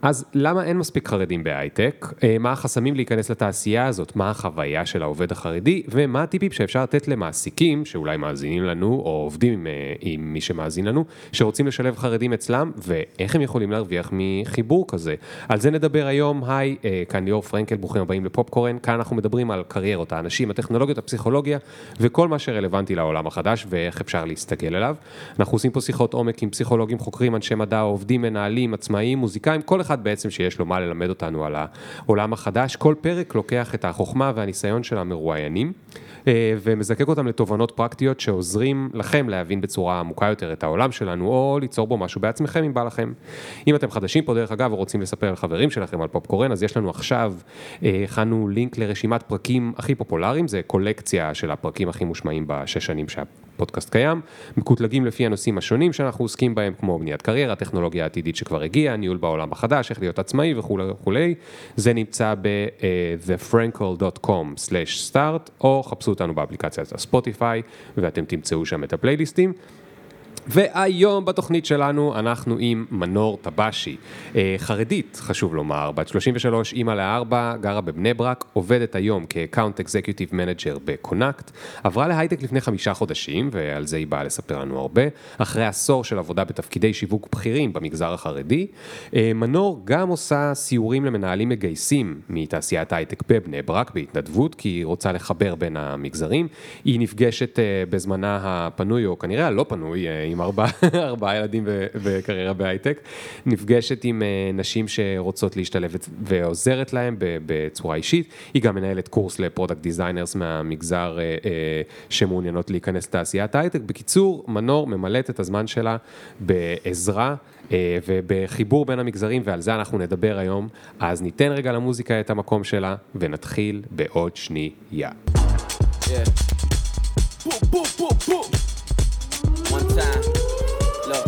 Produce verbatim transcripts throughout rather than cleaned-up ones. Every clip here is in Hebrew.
אז למה אין מספיק חרדים בהייטק? מה החסמים להיכנס לתעשייה הזאת? מה החוויה של העובד החרדי? ומה הטיפים שאפשר לתת למעסיקים, שאולי מאזינים לנו, או עובדים עם, עם מי שמאזין לנו, שרוצים לשלב חרדים אצלם, ואיך הם יכולים להרוויח מחיבור כזה? על זה נדבר היום. היי, כאן ליאור פרנקל, ברוכים הבאים לפופקורן. כאן אנחנו מדברים על קריירות, האנשים, הטכנולוגיות, הפסיכולוגיה, וכל מה שרלוונטי לעולם החדש, ואיך אפשר להסתגל אליו. אנחנו עושים פה שיחות עומק עם פסיכולוגים, חוקרים, אנשי מדע, עובדים, מנהלים, עצמאיים, מוזיקאים, כל אחד בעצם שיש לו מה ללמד אותנו על העולם החדש. כל פרק לוקח את החוכמה והניסיון של המרואיינים, ומזקק אותם לתובנות פרקטיות שעוזרים לכם להבין בצורה עמוקה יותר את העולם שלנו, או ליצור בו משהו בעצמכם אם בא לכם. אם אתם חדשים פה דרך אגב, ורוצים לספר לחברים שלכם על פופקורן, אז יש לנו עכשיו, הכנו לינק לרשימת פרקים הכי פופולריים, זה קולקציה של הפרקים הכי מושמעים בשש שנים שהפודקאסט קיים, מקוטלגים לפי הנושאים השונים שאנחנו עוסקים בהם, כמו בניית קריירה, טכנולוגיה עתידית שכבר הגיעה, ניהול בעולם החדש, איך להיות עצמאי וכו' וכו'. זה נמצא ב-the frankel dot com slash start, או חפשו אותנו באפליקציית הספוטיפיי, ואתם תמצאו שם את הפלייליסטים. והיום בתוכנית שלנו אנחנו עם מנור טבשי, חרדית, חשוב לומר, בת שלושים ושלוש, אימא לארבע, גרה בבני ברק, עובדת היום כאקאונט אקזקיוטיב מנג'ר בקונקט, עברה להייטק לפני חמישה חודשים, ועל זה היא באה לספר לנו הרבה, אחרי עשור של עבודה בתפקידי שיווק בכירים במגזר החרדי. מנור גם עושה סיורים למנהלים מגייסים מתעשיית הייטק בבני ברק בהתנדבות, כי היא רוצה לחבר בין המגזרים. היא נפגשת בזמנה הפנוי, או כנראה הלא פנוי, עם ארבעה, ארבעה ילדים בקריירה בהייטק, נפגשת עם נשים שרוצות להשתלב ועוזרת להם בצורה אישית. היא גם מנהלת קורס לפרודקט דיזיינרס מהמגזר שמעוניינות להיכנס לתעשיית הייטק. בקיצור, מנור ממלאת את הזמן שלה בעזרה ובחיבור בין המגזרים, ועל זה אנחנו נדבר היום. אז ניתן רגע למוזיקה את המקום שלה, ונתחיל בעוד שנייה. Yeah. Boom, boom, boom, boom. One time, look,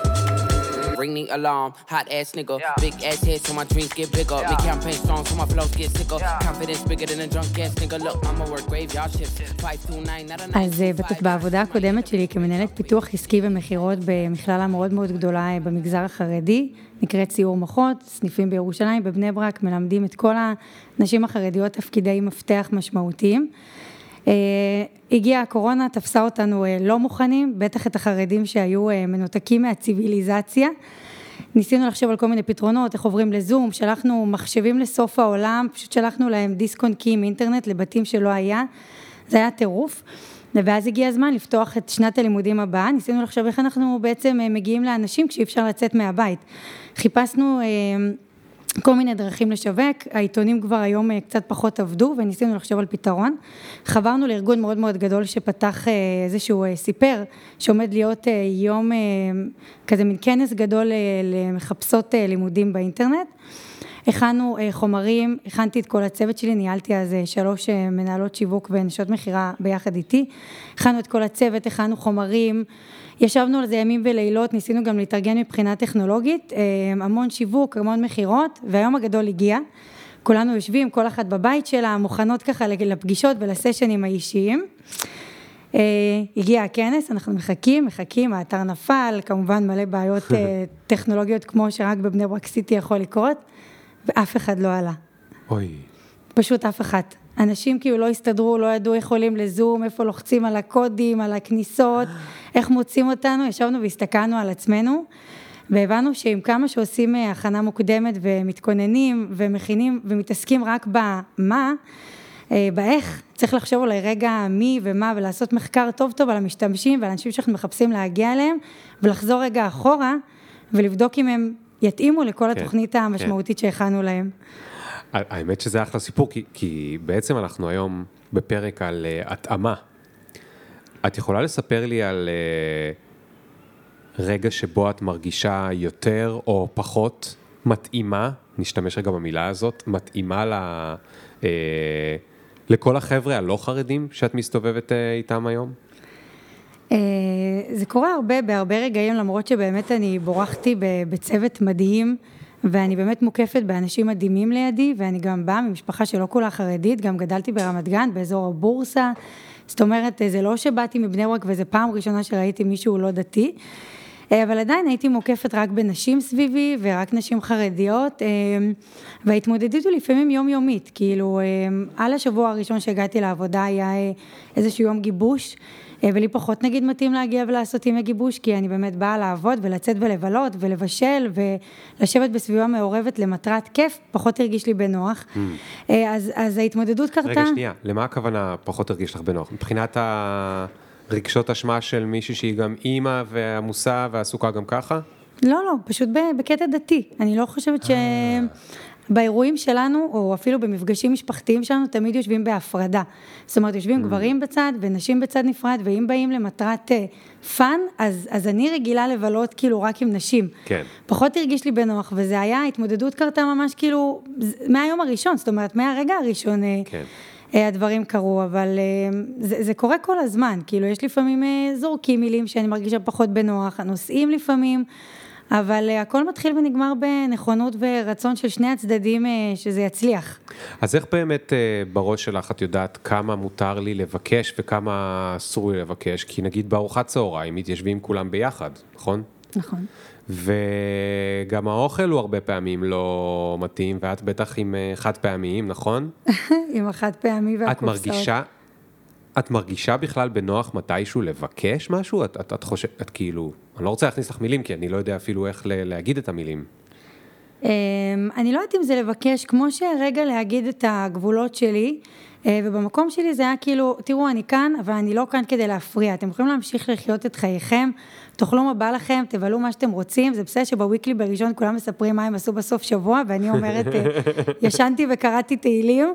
ring the alarm, hot ass nigga, yeah. Big ass head so my dreams get bigger, yeah. Big campaign strong so my flows get sicker, yeah. Confidence bigger than a drunk ass nigga, look, I'ma work graveyard shifts, five two nine, not a nine. אז בעבודה הקודמת שלי כמנהלת פיתוח עסקי ומחירות במכללה מאוד מאוד גדולה במגזר החרדי, נקראת ציור מוחות, סניפים בירושלים, בבני ברק, מלמדים את כל הנשים החרדיות תפקידי מפתח משמעותיים. Uh, הגיעה הקורונה, תפסה אותנו uh, לא מוכנים, בטח את החרדים שהיו uh, מנותקים מהציביליזציה. ניסינו לחשוב על כל מיני פתרונות, איך עוברים לזום, שלחנו מחשבים לסוף העולם, פשוט שלחנו להם דיסק און קי עם אינטרנט לבתים שלא היה, זה היה טירוף. ואז הגיע הזמן לפתוח את שנת הלימודים הבאה, ניסינו לחשוב איך אנחנו בעצם uh, מגיעים לאנשים כשאי אפשר לצאת מהבית. חיפשנו Uh, כל מיני דרכים לשווק, העיתונים כבר היום קצת פחות עבדו, וניסינו לחשוב על פתרון. חברנו לארגון מאוד מאוד גדול שפתח איזשהו סיפר, שעומד להיות יום, כזה מין כנס גדול למחפשות לימודים באינטרנט. הכנו חומרים, הכנתי את כל הצוות שלי, ניהלתי אז שלוש מנהלות שיווק ונשות מחירה ביחד איתי. הכנו את כל הצוות, הכנו חומרים, ישבנו על זה ימים ולילות, ניסינו גם להתארגן מבחינה טכנולוגית, המון שיווק, המון מחירות, והיום הגדול הגיע. כולנו יושבים, כל אחת בבית שלה, מוכנות ככה לפגישות ולסשנים האישיים. הגיע הכנס, אנחנו מחכים, מחכים, האתר נפל, כמובן מלא בעיות טכנולוגיות כמו שרק בבני ברק סיטי יכול לקרות, ואף אחד לא עלה. אוי. פשוט אף אחד. אנשים כאילו לא הסתדרו, לא ידעו איך עולים לזום, איפה לוחצים על הקודים, על הכניסות, איך מוצאים אותנו, ישבנו והסתכלנו על עצמנו, והבנו שעם כמה שעושים הכנה מוקדמת ומתכוננים ומכינים ומתעסקים רק במה, באיך, צריך לחשוב אולי רגע מי ומה, ולעשות מחקר טוב טוב על המשתמשים ועל אנשים שאנחנו מחפשים להגיע אליהם, ולחזור רגע אחורה ולבדוק אם הם יתאימו לכל התוכנית המשמעותית שהכנו להם. האמת שזה אחלה סיפור, כי, כי בעצם אנחנו היום בפרק על uh, התאמה. את יכולה לספר לי על uh, רגע שבו את מרגישה יותר או פחות מתאימה, נשתמש רגע במילה הזאת, מתאימה ל, uh, לכל החבר'ה הלא חרדים שאת מסתובבת uh, איתם היום? Uh, זה קורה הרבה, בהרבה רגעים, למרות שבאמת אני בורחתי בצוות מדהים, ואני באמת מוקפת באנשים מדהימים לידי, ואני גם באה ממשפחה שלא כולה חרדית, גם גדלתי ברמת גן, באזור הבורסה, זאת אומרת, זה לא שבאתי מבני ברק, וזה פעם ראשונה שראיתי מישהו לא דתי, אבל עדיין הייתי מוקפת רק בנשים סביבי, ורק נשים חרדיות, וההתמודדות היא לפעמים יומיומית, כאילו, על השבוע הראשון שהגעתי לעבודה היה איזשהו יום גיבוש, ולי פחות נגיד מתאים להגיע ולעשות עם הגיבוש, כי אני באמת באה לעבוד ולצאת ולבלות ולבשל ולשבת בסביבה מעורבת למטרת כיף, פחות הרגיש לי בנוח. Mm. אז, אז ההתמודדות קרתה... רגע שנייה, למה הכוונה פחות הרגיש לך בנוח? מבחינת הרגשות אשמה של מישהי שהיא גם אימא ועמוסה ועסוקה גם ככה? לא, לא, פשוט בקטע דתי. אני לא חושבת ש... באירועים שלנו, או אפילו במפגשים משפחתיים שלנו, תמיד יושבים בהפרדה. זאת אומרת, יושבים גברים בצד, ונשים בצד נפרד, ואם באים למטרת פן, אז, אז אני רגילה לבלות כאילו רק עם נשים. כן. פחות הרגיש לי בנוח, וזה היה, התמודדות קרתה ממש כאילו, מהיום הראשון, זאת אומרת, מהרגע הראשון, כן. הדברים קרו, אבל זה, זה קורה כל הזמן, כאילו, יש לפעמים זורקים מילים שאני מרגישה פחות בנוח, הנושאים לפעמים, אבל הכל מתחיל ונגמר בנכונות ורצון של שני הצדדים שזה יצליח. אז איך באמת בראש שלך את יודעת כמה מותר לי לבקש וכמה אסור לי לבקש? כי נגיד בארוחת צהריים מתיישבים כולם ביחד, נכון? נכון. וגם האוכל הוא הרבה פעמים לא מתאים, ואת בטח עם חד פעמיים, נכון? עם החד פעמי והקופסאות. את מרגישה... את מרגישה בכלל בנוח מתישהו לבקש משהו? את, את, את חושב, את כאילו, אני לא רוצה להכניס לך מילים, כי אני לא יודע אפילו איך להגיד את המילים. אני לא יודעת אם זה לבקש, כמו שרגע להגיד את הגבולות שלי, ובמקום שלי זה היה כאילו, תראו, אני כאן, אבל אני לא כאן כדי להפריע. אתם יכולים להמשיך לחיות את חייכם, תאכלו מה בא לכם, תבלו מה שאתם רוצים. זה בסדר שבוויקלי בראשון כולם מספרים מה הם עשו בסוף שבוע, ואני אומרת, ישנתי וקראתי תהילים.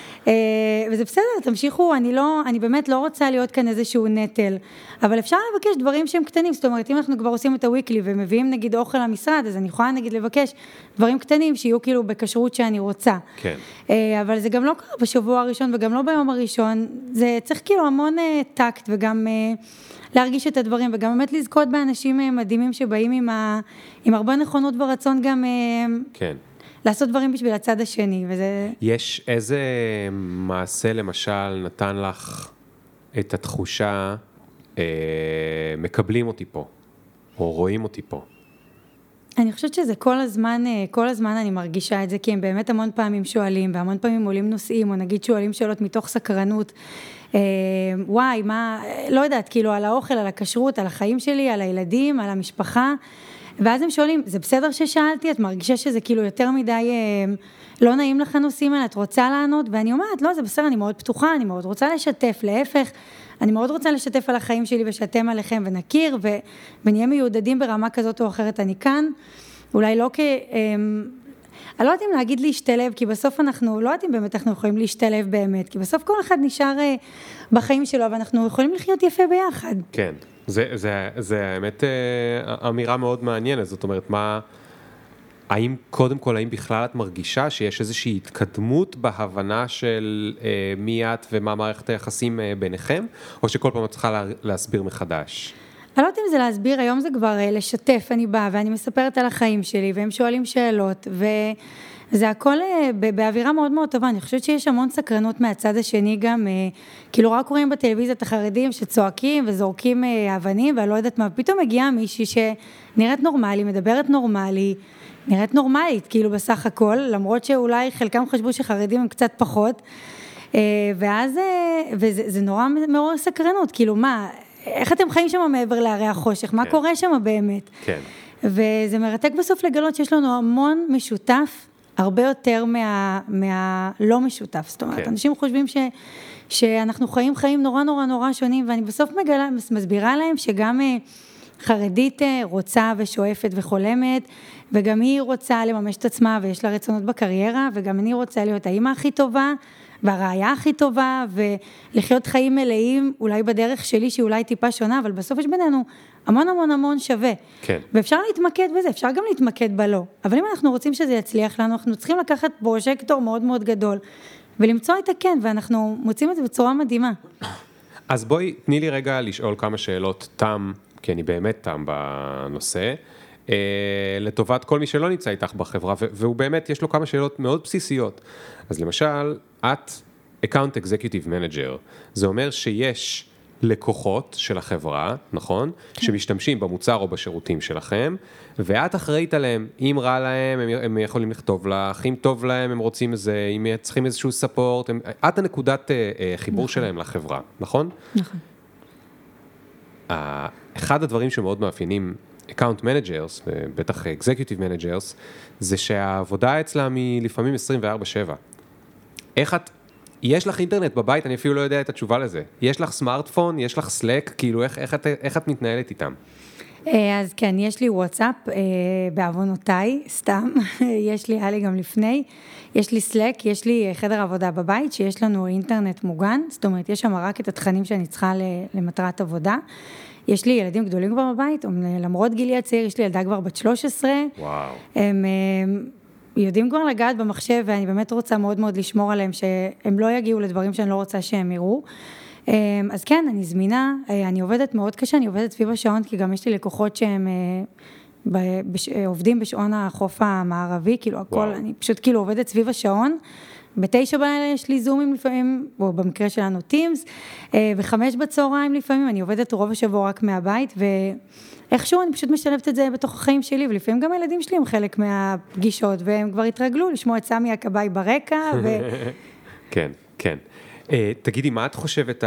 וזה בסדר, תמשיכו, אני לא, אני באמת לא רוצה להיות כאן איזשהו נטל, אבל אפשר לבקש דברים שהם קטנים, זאת אומרת, אם אנחנו כבר עושים את הוויקלי ומביאים נגיד אוכל למשרד, אז אני יכולה נגיד לבקש דברים קטנים שיהיו כאילו בכשרות שאני רוצה. כן. אבל זה גם לא קרה בשבוע הראשון וגם לא ביום הראשון, זה צריך כאילו המון טקט וגם להרגיש את הדברים, וגם באמת לזכות באנשים מדהימים שבאים עם, ה, עם הרבה נכונות ורצון גם... כן. לעשות דברים בשביל הצד השני, וזה... יש איזה מעשה, למשל, נתן לך את התחושה, אה, מקבלים אותי פה, או רואים אותי פה? אני חושבת שזה כל הזמן, כל הזמן אני מרגישה את זה, כי הם באמת המון פעמים שואלים, והמון פעמים עולים נושאים, או נגיד שואלים שאלות מתוך סקרנות, אה, וואי, מה, לא יודעת, כאילו, על האוכל, על הכשרות, על החיים שלי, על הילדים, על המשפחה, ואז הם שואלים, זה בסדר ששאלתי? את מרגישה שזה כאילו יותר מדי לא נעים לך נושאים האלה, את רוצה לענות? ואני אומרת, לא, זה בסדר, אני מאוד פתוחה, אני מאוד רוצה לשתף, להפך, אני מאוד רוצה לשתף על החיים שלי ושאתם עליכם ונכיר, ונהיה מיודדים ברמה כזאת או אחרת, אני כאן, אולי לא כ... אני לא יודעת אם להגיד להשתלב, כי בסוף אנחנו, לא יודעת אם באמת אנחנו יכולים להשתלב באמת, כי בסוף כל אחד נשאר בחיים שלו, ואנחנו יכולים לחיות יפה ביחד. כן. זה, זה, זה האמת אמירה מאוד מעניינת, זאת אומרת, מה, האם, קודם כל, האם בכלל את מרגישה שיש איזושהי התקדמות בהבנה של אה, מי את ומה מערכת היחסים אה, ביניכם, או שכל פעם את צריכה לה, להסביר מחדש? אני לא יודעת אם זה להסביר, היום זה כבר אה, לשתף, אני באה ואני מספרת על החיים שלי, והם שואלים שאלות, ו... זה הכל באווירה מאוד מאוד טובה, אני חושבת שיש המון סקרנות מהצד השני גם, כאילו רק רואים בטלוויזיה את החרדים שצועקים וזורקים אבנים, ואני לא יודעת מה, פתאום מגיעה מישהי שנראית נורמלי, מדברת נורמלי, נראית נורמלית, כאילו בסך הכל, למרות שאולי חלקם חשבו שחרדים הם קצת פחות, ואז, וזה זה נורא מעורר סקרנות, כאילו מה, איך אתם חיים שם מעבר להרי החושך, מה קורה שם באמת? כן. וזה מרתק בסוף לגלות שיש לנו המון משותף, הרבה יותר מה, מה לא משותף, זאת אומרת, כן. אנשים חושבים ש, שאנחנו חיים חיים נורא נורא נורא שונים, ואני בסוף מגלה, מסבירה להם שגם חרדית רוצה ושואפת וחולמת, וגם היא רוצה לממש את עצמה, ויש לה רצונות בקריירה, וגם אני רוצה להיות האמא הכי טובה, והראיה הכי טובה, ולחיות חיים מלאים, אולי בדרך שלי, שאולי טיפה שונה, אבל בסוף יש בינינו המון המון המון שווה. כן. ואפשר להתמקד בזה, אפשר גם להתמקד בלא. אבל אם אנחנו רוצים שזה יצליח לנו, אנחנו צריכים לקחת פרוז'קטור מאוד מאוד גדול, ולמצוא את הכן, ואנחנו מוצאים את זה בצורה מדהימה. אז בואי, תני לי רגע לשאול כמה שאלות תם, כי אני באמת תם בנושא, לטובת כל מי שלא נמצא איתך בחברה, והוא באמת, יש לו כמה שאלות מאוד בסיסיות. אז למשל, את Account Executive Manager, זה אומר שיש לקוחות של החברה, נכון? שמשתמשים במוצר או בשירותים שלכם, ואת אחראית עליהם, אם רע להם, הם, הם יכולים לכתוב לך, אם טוב להם, הם רוצים איזה, אם צריכים איזשהו ספורט, הם, את הנקודת חיבור נכון. שלהם לחברה, נכון? נכון. אחד הדברים שמאוד מאפיינים account managers, ובטח executive managers, זה שהעבודה אצלם היא לפעמים עשרים וארבע שבע. איך את, יש לך אינטרנט בבית, אני אפילו לא יודע את התשובה לזה. יש לך סמארטפון, יש לך סלק, כאילו איך, איך, את, איך את מתנהלת איתם? אז כן, יש לי וואטסאפ, בעוונותיי, סתם, יש לי, היה לי גם לפני, יש לי סלק, יש לי חדר עבודה בבית, שיש לנו אינטרנט מוגן, זאת אומרת, יש שם רק את התכנים שאני צריכה למטרת עבודה. יש לי ילדים גדולים כבר בבית, למרות גילי הצעיר, יש לי ילדה כבר בת שלוש עשרה. וואו. הם יודעים כבר לגעת במחשב, ואני באמת רוצה מאוד מאוד לשמור עליהם, שהם לא יגיעו לדברים שאני לא רוצה שהם יראו. אז כן, אני זמינה, אני עובדת מאוד קשה, אני עובדת סביב השעון, כי גם יש לי לקוחות שהם עובדים בשעון החוף המערבי, כאילו הכל, וואו. אני פשוט כאילו עובדת סביב השעון, בתשע בלילה יש לי זומים לפעמים, או במקרה שלנו טימס, בחמש בצהריים לפעמים, אני עובדת רוב השבוע רק מהבית, ואיכשהו אני פשוט משלבת את זה בתוך החיים שלי, ולפעמים גם הילדים שלי הם חלק מהפגישות, והם כבר התרגלו לשמוע את סמי הקבאי ברקע, ו... כן, כן. תגידי, מה את חושבת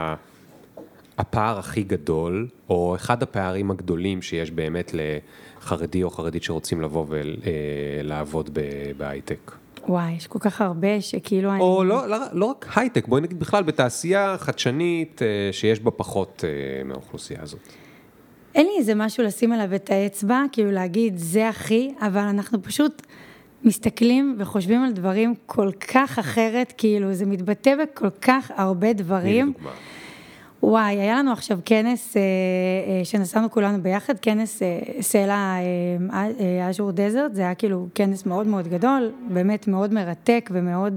הפער הכי גדול, או אחד הפערים הגדולים שיש באמת לחרדי או חרדית שרוצים לבוא ולעבוד בהייטק? וואי, יש כל כך הרבה שכאילו אני... או לא, לא, לא רק הייטק, בואי נגיד בכלל בתעשייה חדשנית שיש בה פחות מהאוכלוסייה הזאת. אין לי איזה משהו לשים עליו את האצבע, כאילו להגיד זה הכי, אבל אנחנו פשוט מסתכלים וחושבים על דברים כל כך אחרת, כאילו זה מתבטא בכל כך הרבה דברים. דוגמה. וואי, היה לנו עכשיו כנס שנסענו כולנו ביחד, כנס סלע אז'ור דזרט, זה היה כאילו כנס מאוד מאוד גדול, באמת מאוד מרתק ומאוד,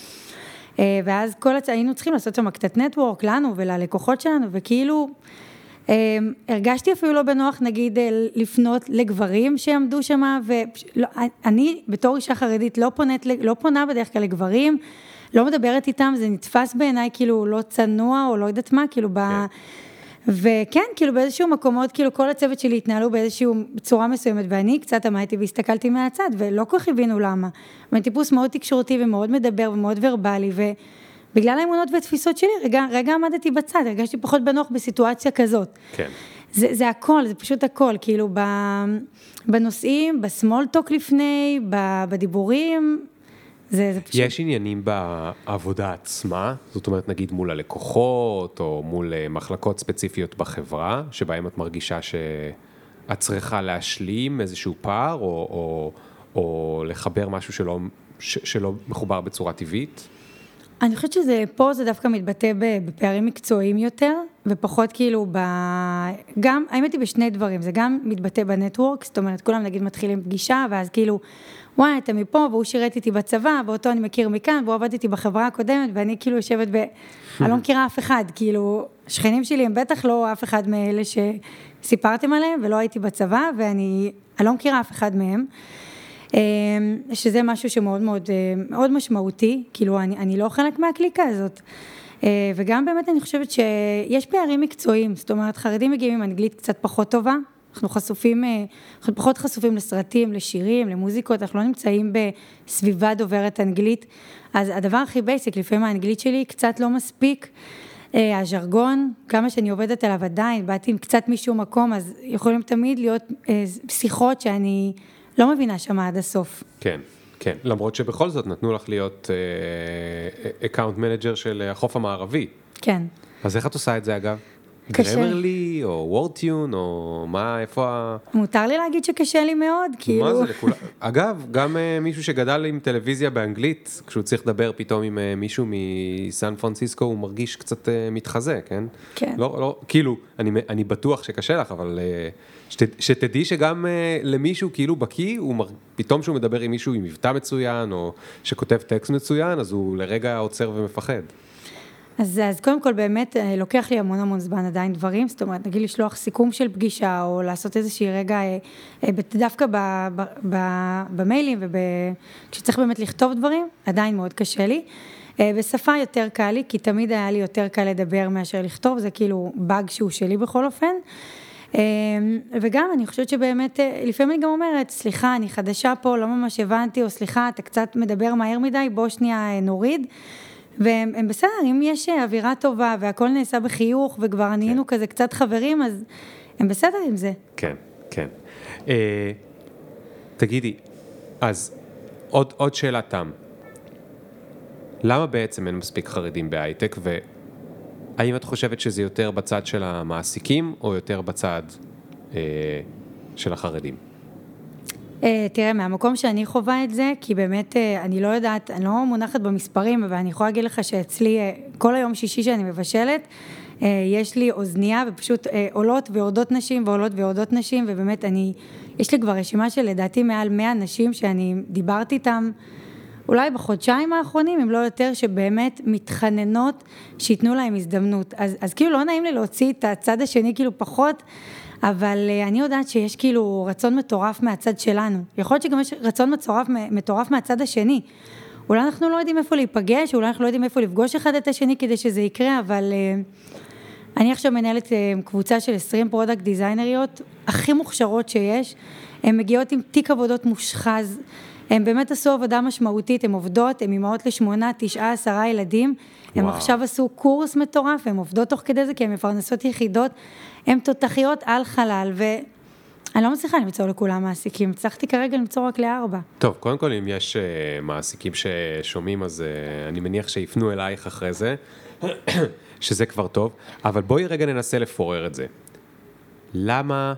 ואז כל הצ... היינו צריכים לעשות שם קצת נטוורק לנו וללקוחות שלנו, וכאילו הרגשתי אפילו לא בנוח נגיד לפנות לגברים שעמדו שם, ואני בתור אישה חרדית לא פונת, לא פונה בדרך כלל לגברים, לא מדברת איתם, זה נתפס בעיניי כאילו לא צנוע או לא יודעת מה, כאילו ב... וכן, כאילו באיזשהו מקומות, כאילו כל הצוות שלי התנהלו באיזשהו צורה מסוימת, ואני קצת עמדתי והסתכלתי מהצד, ולא כל כך הבינו למה. אבל טיפוס מאוד תקשורתי ומאוד מדבר ומאוד ורבלי, ובגלל האמונות והתפיסות שלי, רגע, רגע עמדתי בצד, הרגשתי פחות בנוח בסיטואציה כזאת. כן. זה, זה הכל, זה פשוט הכל, כאילו בנושאים, בסמול טוק לפני, בדיבורים, זה, זה פשוט... יש עניינים בעבודה עצמה, זאת אומרת נגיד מול הלקוחות, או מול מחלקות ספציפיות בחברה, שבהם את מרגישה שאת צריכה להשלים איזשהו פער, או, או, או לחבר משהו שלא, ש, שלא מחובר בצורה טבעית? אני חושבת שזה, פה זה דווקא מתבטא בפערים מקצועיים יותר, ופחות כאילו ב... גם, האמת היא בשני דברים, זה גם מתבטא בנטוורק, זאת אומרת, כולם נגיד מתחילים פגישה, ואז כאילו, וואי, אתה מפה, והוא שירת איתי בצבא, ואותו אני מכיר מכאן, והוא עבד איתי בחברה הקודמת, ואני כאילו יושבת ב... אני לא מכירה אף אחד, כאילו, שכנים שלי הם בטח לא אף אחד מאלה שסיפרתם עליהם, ולא הייתי בצבא, ואני אני לא מכירה אף אחד מהם, שזה משהו שמאוד מאוד, מאוד משמעותי, כאילו, אני, אני לא חלק מהקליקה הזאת, וגם באמת אני חושבת שיש פערים מקצועיים, זאת אומרת, חרדים מגיעים עם אנגלית קצת פחות טובה, אנחנו חשופים, אנחנו פחות חשופים לסרטים, לשירים, למוזיקות, אנחנו לא נמצאים בסביבה דוברת אנגלית, אז הדבר הכי בייסיק, לפעמים האנגלית שלי קצת לא מספיק, הז'רגון, כמה שאני עובדת עליו עדיין, באתי עם קצת מישהו מקום, אז יכולים תמיד להיות שיחות שאני לא מבינה שמה עד הסוף. כן, כן, למרות שבכל זאת נתנו לך להיות אקאונט מנג'ר של החוף המערבי. כן. אז איך את עושה את זה אגב? קשה. גרמרלי, או וורדטיון, או מה, איפה ה... מותר לי להגיד שקשה לי מאוד, כאילו... מה זה לכולם? אגב, גם מישהו שגדל עם טלוויזיה באנגלית, כשהוא צריך לדבר פתאום עם מישהו מסן פרנסיסקו, הוא מרגיש קצת מתחזה, כן? כן. לא, לא, כאילו, אני, אני בטוח שקשה לך, אבל שת, שתדעי שגם למישהו כאילו בקיא, הוא מר... פתאום שהוא מדבר עם מישהו עם מבטא מצוין, או שכותב טקסט מצוין, אז הוא לרגע עוצר ומפחד. אז, אז קודם כל באמת לוקח לי המון המון זמן עדיין דברים, זאת אומרת, נגיד לשלוח סיכום של פגישה, או לעשות איזושהי רגע, דווקא ב, ב, ב, במיילים, וכשצריך באמת לכתוב דברים, עדיין מאוד קשה לי. בשפה יותר קל לי, כי תמיד היה לי יותר קל לדבר מאשר לכתוב, זה כאילו באג שהוא שלי בכל אופן. וגם אני חושבת שבאמת, לפעמים אני גם אומרת, סליחה, אני חדשה פה, לא ממש הבנתי, או סליחה, אתה קצת מדבר מהר מדי, בוא שנייה נוריד. והם בסדר, אם יש אווירה טובה, והכל נעשה בחיוך, וכבר נהיינו כזה קצת חברים, אז הם בסדר עם זה. כן, כן. תגידי, אז עוד, עוד שאלה תם. למה בעצם אין מספיק חרדים בהייטק, והאם את חושבת שזה יותר בצד של המעסיקים, או יותר בצד אה, של החרדים? אה, תראה, מהמקום שאני חווה את זה, כי באמת אה, אני לא יודעת, אני לא מונחת במספרים, אבל אני יכולה להגיד לך שאצלי, אה, כל היום שישי שאני מבשלת, אה, יש לי אוזנייה, ופשוט אה, עולות ויורדות נשים, ועולות ויורדות נשים, ובאמת אני, יש לי כבר רשימה של לדעתי מעל מאה נשים, שאני דיברתי איתם, אולי בחודשיים האחרונים, אם לא יותר, שבאמת מתחננות שיתנו להם הזדמנות. אז, אז כאילו לא נעים לי להוציא את הצד השני כאילו פחות, אבל אני יודעת שיש כאילו רצון מטורף מהצד שלנו. יכול להיות שגם יש רצון מטורף, מטורף מהצד השני. אולי אנחנו לא יודעים איפה להיפגש, אולי אנחנו לא יודעים איפה לפגוש אחד את השני כדי שזה יקרה, אבל אני עכשיו מנהלת קבוצה של עשרים פרודקט דיזיינריות, הכי מוכשרות שיש. הן מגיעות עם תיק עבודות מושחז, הם באמת עשו עבודה משמעותית, הן עובדות, הן אימהות לשמונה, תשעה, עשרה ילדים, הם עכשיו עשו קורס מטורף, הן עובדות תוך כדי זה, כי הן מפרנסות יחידות, הן תותחיות על חלל, ואני לא מצליחה למצוא לכולם מעסיקים, הצלחתי כרגע למצוא רק לארבע. טוב, קודם כל, אם יש uh, מעסיקים ששומעים, אז uh, אני מניח שיפנו אלייך אחרי זה, שזה כבר טוב, אבל בואי רגע ננסה לפורר את זה. למה,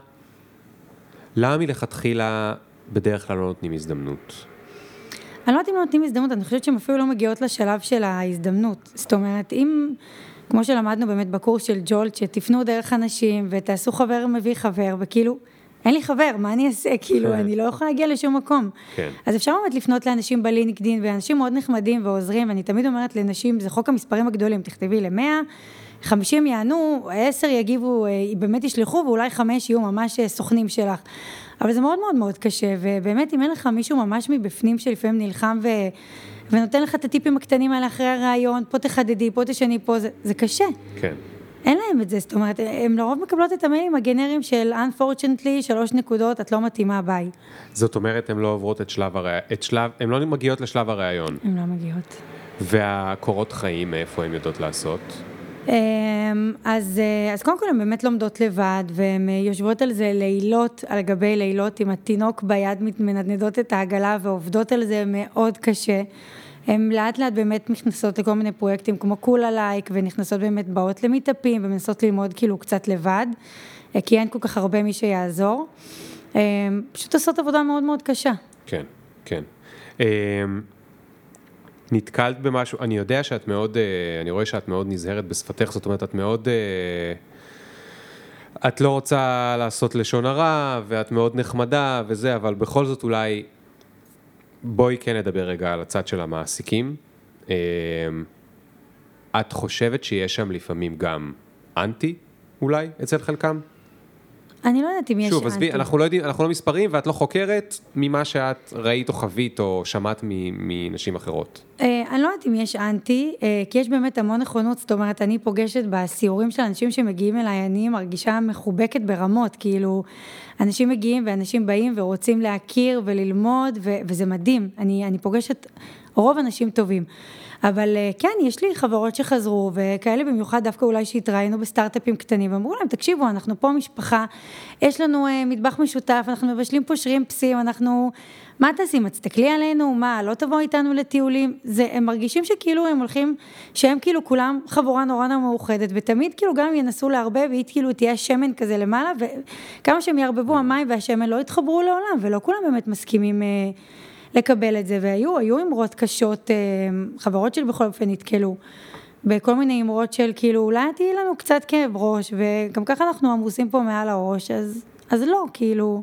למה מלכתחילה בדרך כלל לא נותנים הזדמנות? אני לא יודעת אם לא נותנים הזדמנות, אני חושבת שהן אפילו לא מגיעות לשלב של ההזדמנות. זאת אומרת, אם, כמו שלמדנו באמת בקורס של ג'ולט, שתפנו דרך אנשים ותעשו חבר מביא חבר, וכאילו, אין לי חבר, מה אני אעשה? כאילו, אני לא יכולה להגיע לשום מקום. כן. אז אפשר באמת לפנות לאנשים בלינקדין, ואנשים מאוד נחמדים ועוזרים, ואני תמיד אומרת לנשים, זה חוק המספרים הגדולים, תכתבי ל-מאה, חמישים יענו, עשר יגיבו, באמת ישלחו, ואולי חמש יהיו ממש סוכנים שלך. אבל זה מאוד מאוד מאוד קשה, ובאמת אם אין לך מישהו ממש מבפנים שלפעמים נלחם ו... ונותן לך את הטיפים הקטנים האלה אחרי הרעיון, פה תחדדי, פה תשני, פה, זה, זה קשה. כן. אין להם את זה, זאת אומרת, הם לרוב מקבלות את המיילים הגנריים של unfortunately, שלוש נקודות, את לא מתאימה, ביי. זאת אומרת, הן לא עוברות את שלב הרעיון, את שלב, הן לא מגיעות לשלב הרעיון. הן לא מגיעות. והקורות חיים, מאיפה הן יודעות לעשות? אז, אז קודם כל הן באמת לומדות לבד, והן יושבות על זה לילות, על גבי לילות, עם התינוק ביד מנדנדות את העגלה, ועובדות על זה מאוד קשה. הן לאט לאט באמת נכנסות לכל מיני פרויקטים, כמו כולה לייק, ונכנסות באמת באות למיטפים, ומנסות ללמוד כאילו קצת לבד, כי אין כל כך הרבה מי שיעזור. פשוט עושות עבודה מאוד מאוד קשה. כן, כן. נתקלת במשהו, אני יודע שאת מאוד, אני רואה שאת מאוד נזהרת בשפתך, זאת אומרת, את מאוד, את לא רוצה לעשות לשון הרע, ואת מאוד נחמדה וזה, אבל בכל זאת אולי, בואי כן נדבר רגע על הצד של המעסיקים. את חושבת שיש שם לפעמים גם אנטי, אולי, אצל חלקם? אני לא יודעת אם יש אנטי. שוב, עזבי, אנחנו לא יודעים, אנחנו לא מספרים, ואת לא חוקרת ממה שאת ראית או חווית או שמעת מנשים אחרות. אני לא יודעת אם יש אנטי, כי יש באמת המון נכונות, זאת אומרת, אני פוגשת בסיורים של אנשים שמגיעים אליי, אני מרגישה מחובקת ברמות, כאילו, אנשים מגיעים ואנשים באים ורוצים להכיר וללמוד, וזה מדהים, אני, אני פוגשת רוב אנשים טובים. אבל כן, יש לי חברות שחזרו, וכאלה במיוחד דווקא אולי שהתראינו בסטארט-אפים קטנים, ואמרו להם, תקשיבו, אנחנו פה משפחה, יש לנו מטבח משותף, אנחנו מבשלים פה שרימפסים, אנחנו, מה תעשים, תסתכלי עלינו, מה, לא תבוא איתנו לטיולים, זה, הם מרגישים שכאילו הם הולכים, שהם כאילו כולם חבורה נורא נורא מאוחדת, ותמיד כאילו גם ינסו להרבב, והיא כאילו תהיה שמן כזה למעלה, וכמה שהם ירבבו המים והשמן לא יתחברו לעולם, ולא כולם באמת מסכימים לקבל את זה, והיו, היו אמרות קשות, חברות שלי בכל אופן נתקלו, בכל מיני אמרות של כאילו, אולי תהיה לנו קצת כאב ראש, וגם ככה אנחנו עמוסים פה מעל הראש, אז, אז לא, כאילו.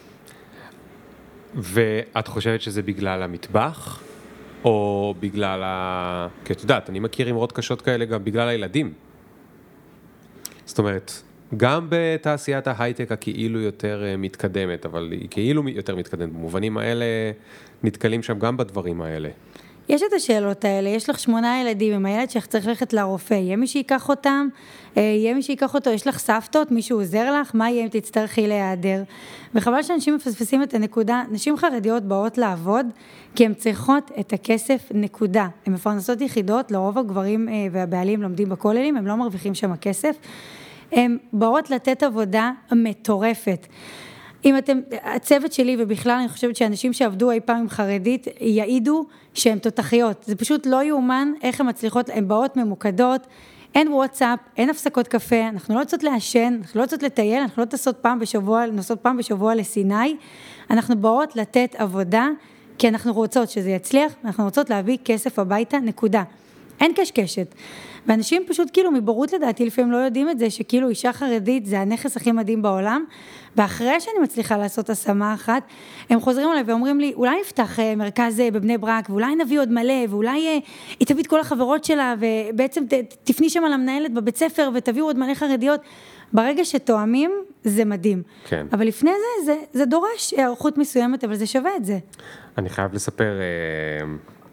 ואת חושבת שזה בגלל המטבח, או בגלל ה... כי את יודעת, אני מכיר אמרות קשות כאלה גם בגלל הילדים. זאת אומרת, גם בתעשיית ההייטק הכאילו יותר מתקדמת, אבל היא כאילו יותר מתקדמת, במובנים האלה נתקלים שם גם בדברים האלה. יש את השאלות האלה, יש לך שמונה ילדים, עם הילד שלך צריך ללכת לרופא, יהיה מי שיקח אותם, יהיה מי שיקח אותו, יש לך סבתות, מישהו עוזר לך, מה יהיה אם תצטרכי להיעדר? וחבל שאנשים מפספסים את הנקודה, נשים חרדיות באות לעבוד, כי הן צריכות את הכסף נקודה. הן מפרנסות יחידות, לרוב הגברים והבעלים לומדים בכוללים, הם לא מרוויחים שם הכסף, הן באות לתת עבודה מטורפת. אם אתם, הצוות שלי ובכלל אני חושבת שאנשים שעבדו אי פעם עם חרדית יעידו שהן תותחיות, זה פשוט לא יאומן איך הן מצליחות, הן באות ממוקדות, אין וואטסאפ, אין הפסקות קפה, אנחנו לא יוצאות לעשן, אנחנו לא יוצאות לטייל, אנחנו לא טסות פעם בשבוע, נוסעות פעם בשבוע לסיני, אנחנו באות לתת עבודה, כי אנחנו רוצות שזה יצליח, אנחנו רוצות להביא כסף הביתה, נקודה. אין קשקשת. ואנשים פשוט כאילו מבורות לדעתי, לפעמים לא יודעים את זה, שכאילו אישה חרדית זה הנכס הכי מדהים בעולם, ואחרי שאני מצליחה לעשות השמה אחת, הם חוזרים אליי ואומרים לי, אולי נפתח מרכז בבני ברק, ואולי נביא עוד מלא, ואולי היא תביא את כל החברות שלה, ובעצם תפני שם על המנהלת בבית ספר, ותביאו עוד מלא חרדיות. ברגע שתואמים, זה מדהים. כן. אבל לפני זה, זה, זה דורש הערכות מסוימת, אבל זה שווה את זה. אני חייב לספר אה,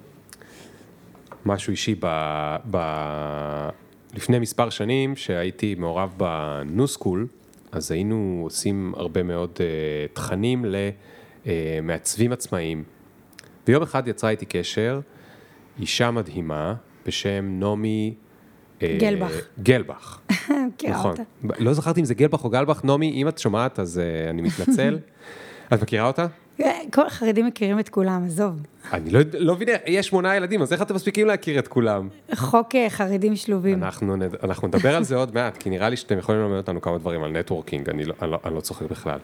משהו אישי ב, ב, לפני מספר שנים, שהייתי מעורב בניו סקול, אז היינו עושים הרבה מאוד uh, תכנים למעצבים עצמאים. ויום אחד יצרה איתי קשר, אישה מדהימה, בשם נומי... גלבח. Uh, גלבח. נכון. לא זכרתי אם זה גלבח או גלבח. נומי, אם את שומעת, אז uh, אני מתנצל. את מכירה אותה? כל החרדים מכירים את כולם, עזוב. אני לא, לא מבינה, יש שמונה ילדים, אז איך אתם מספיקים להכיר את כולם? חוק חרדים שלובים. אנחנו, אנחנו נדבר על זה עוד מעט, כי נראה לי שאתם יכולים ללמד אותנו כמה דברים על נטוורקינג, אני לא, אני לא, אני לא צוחק בכלל.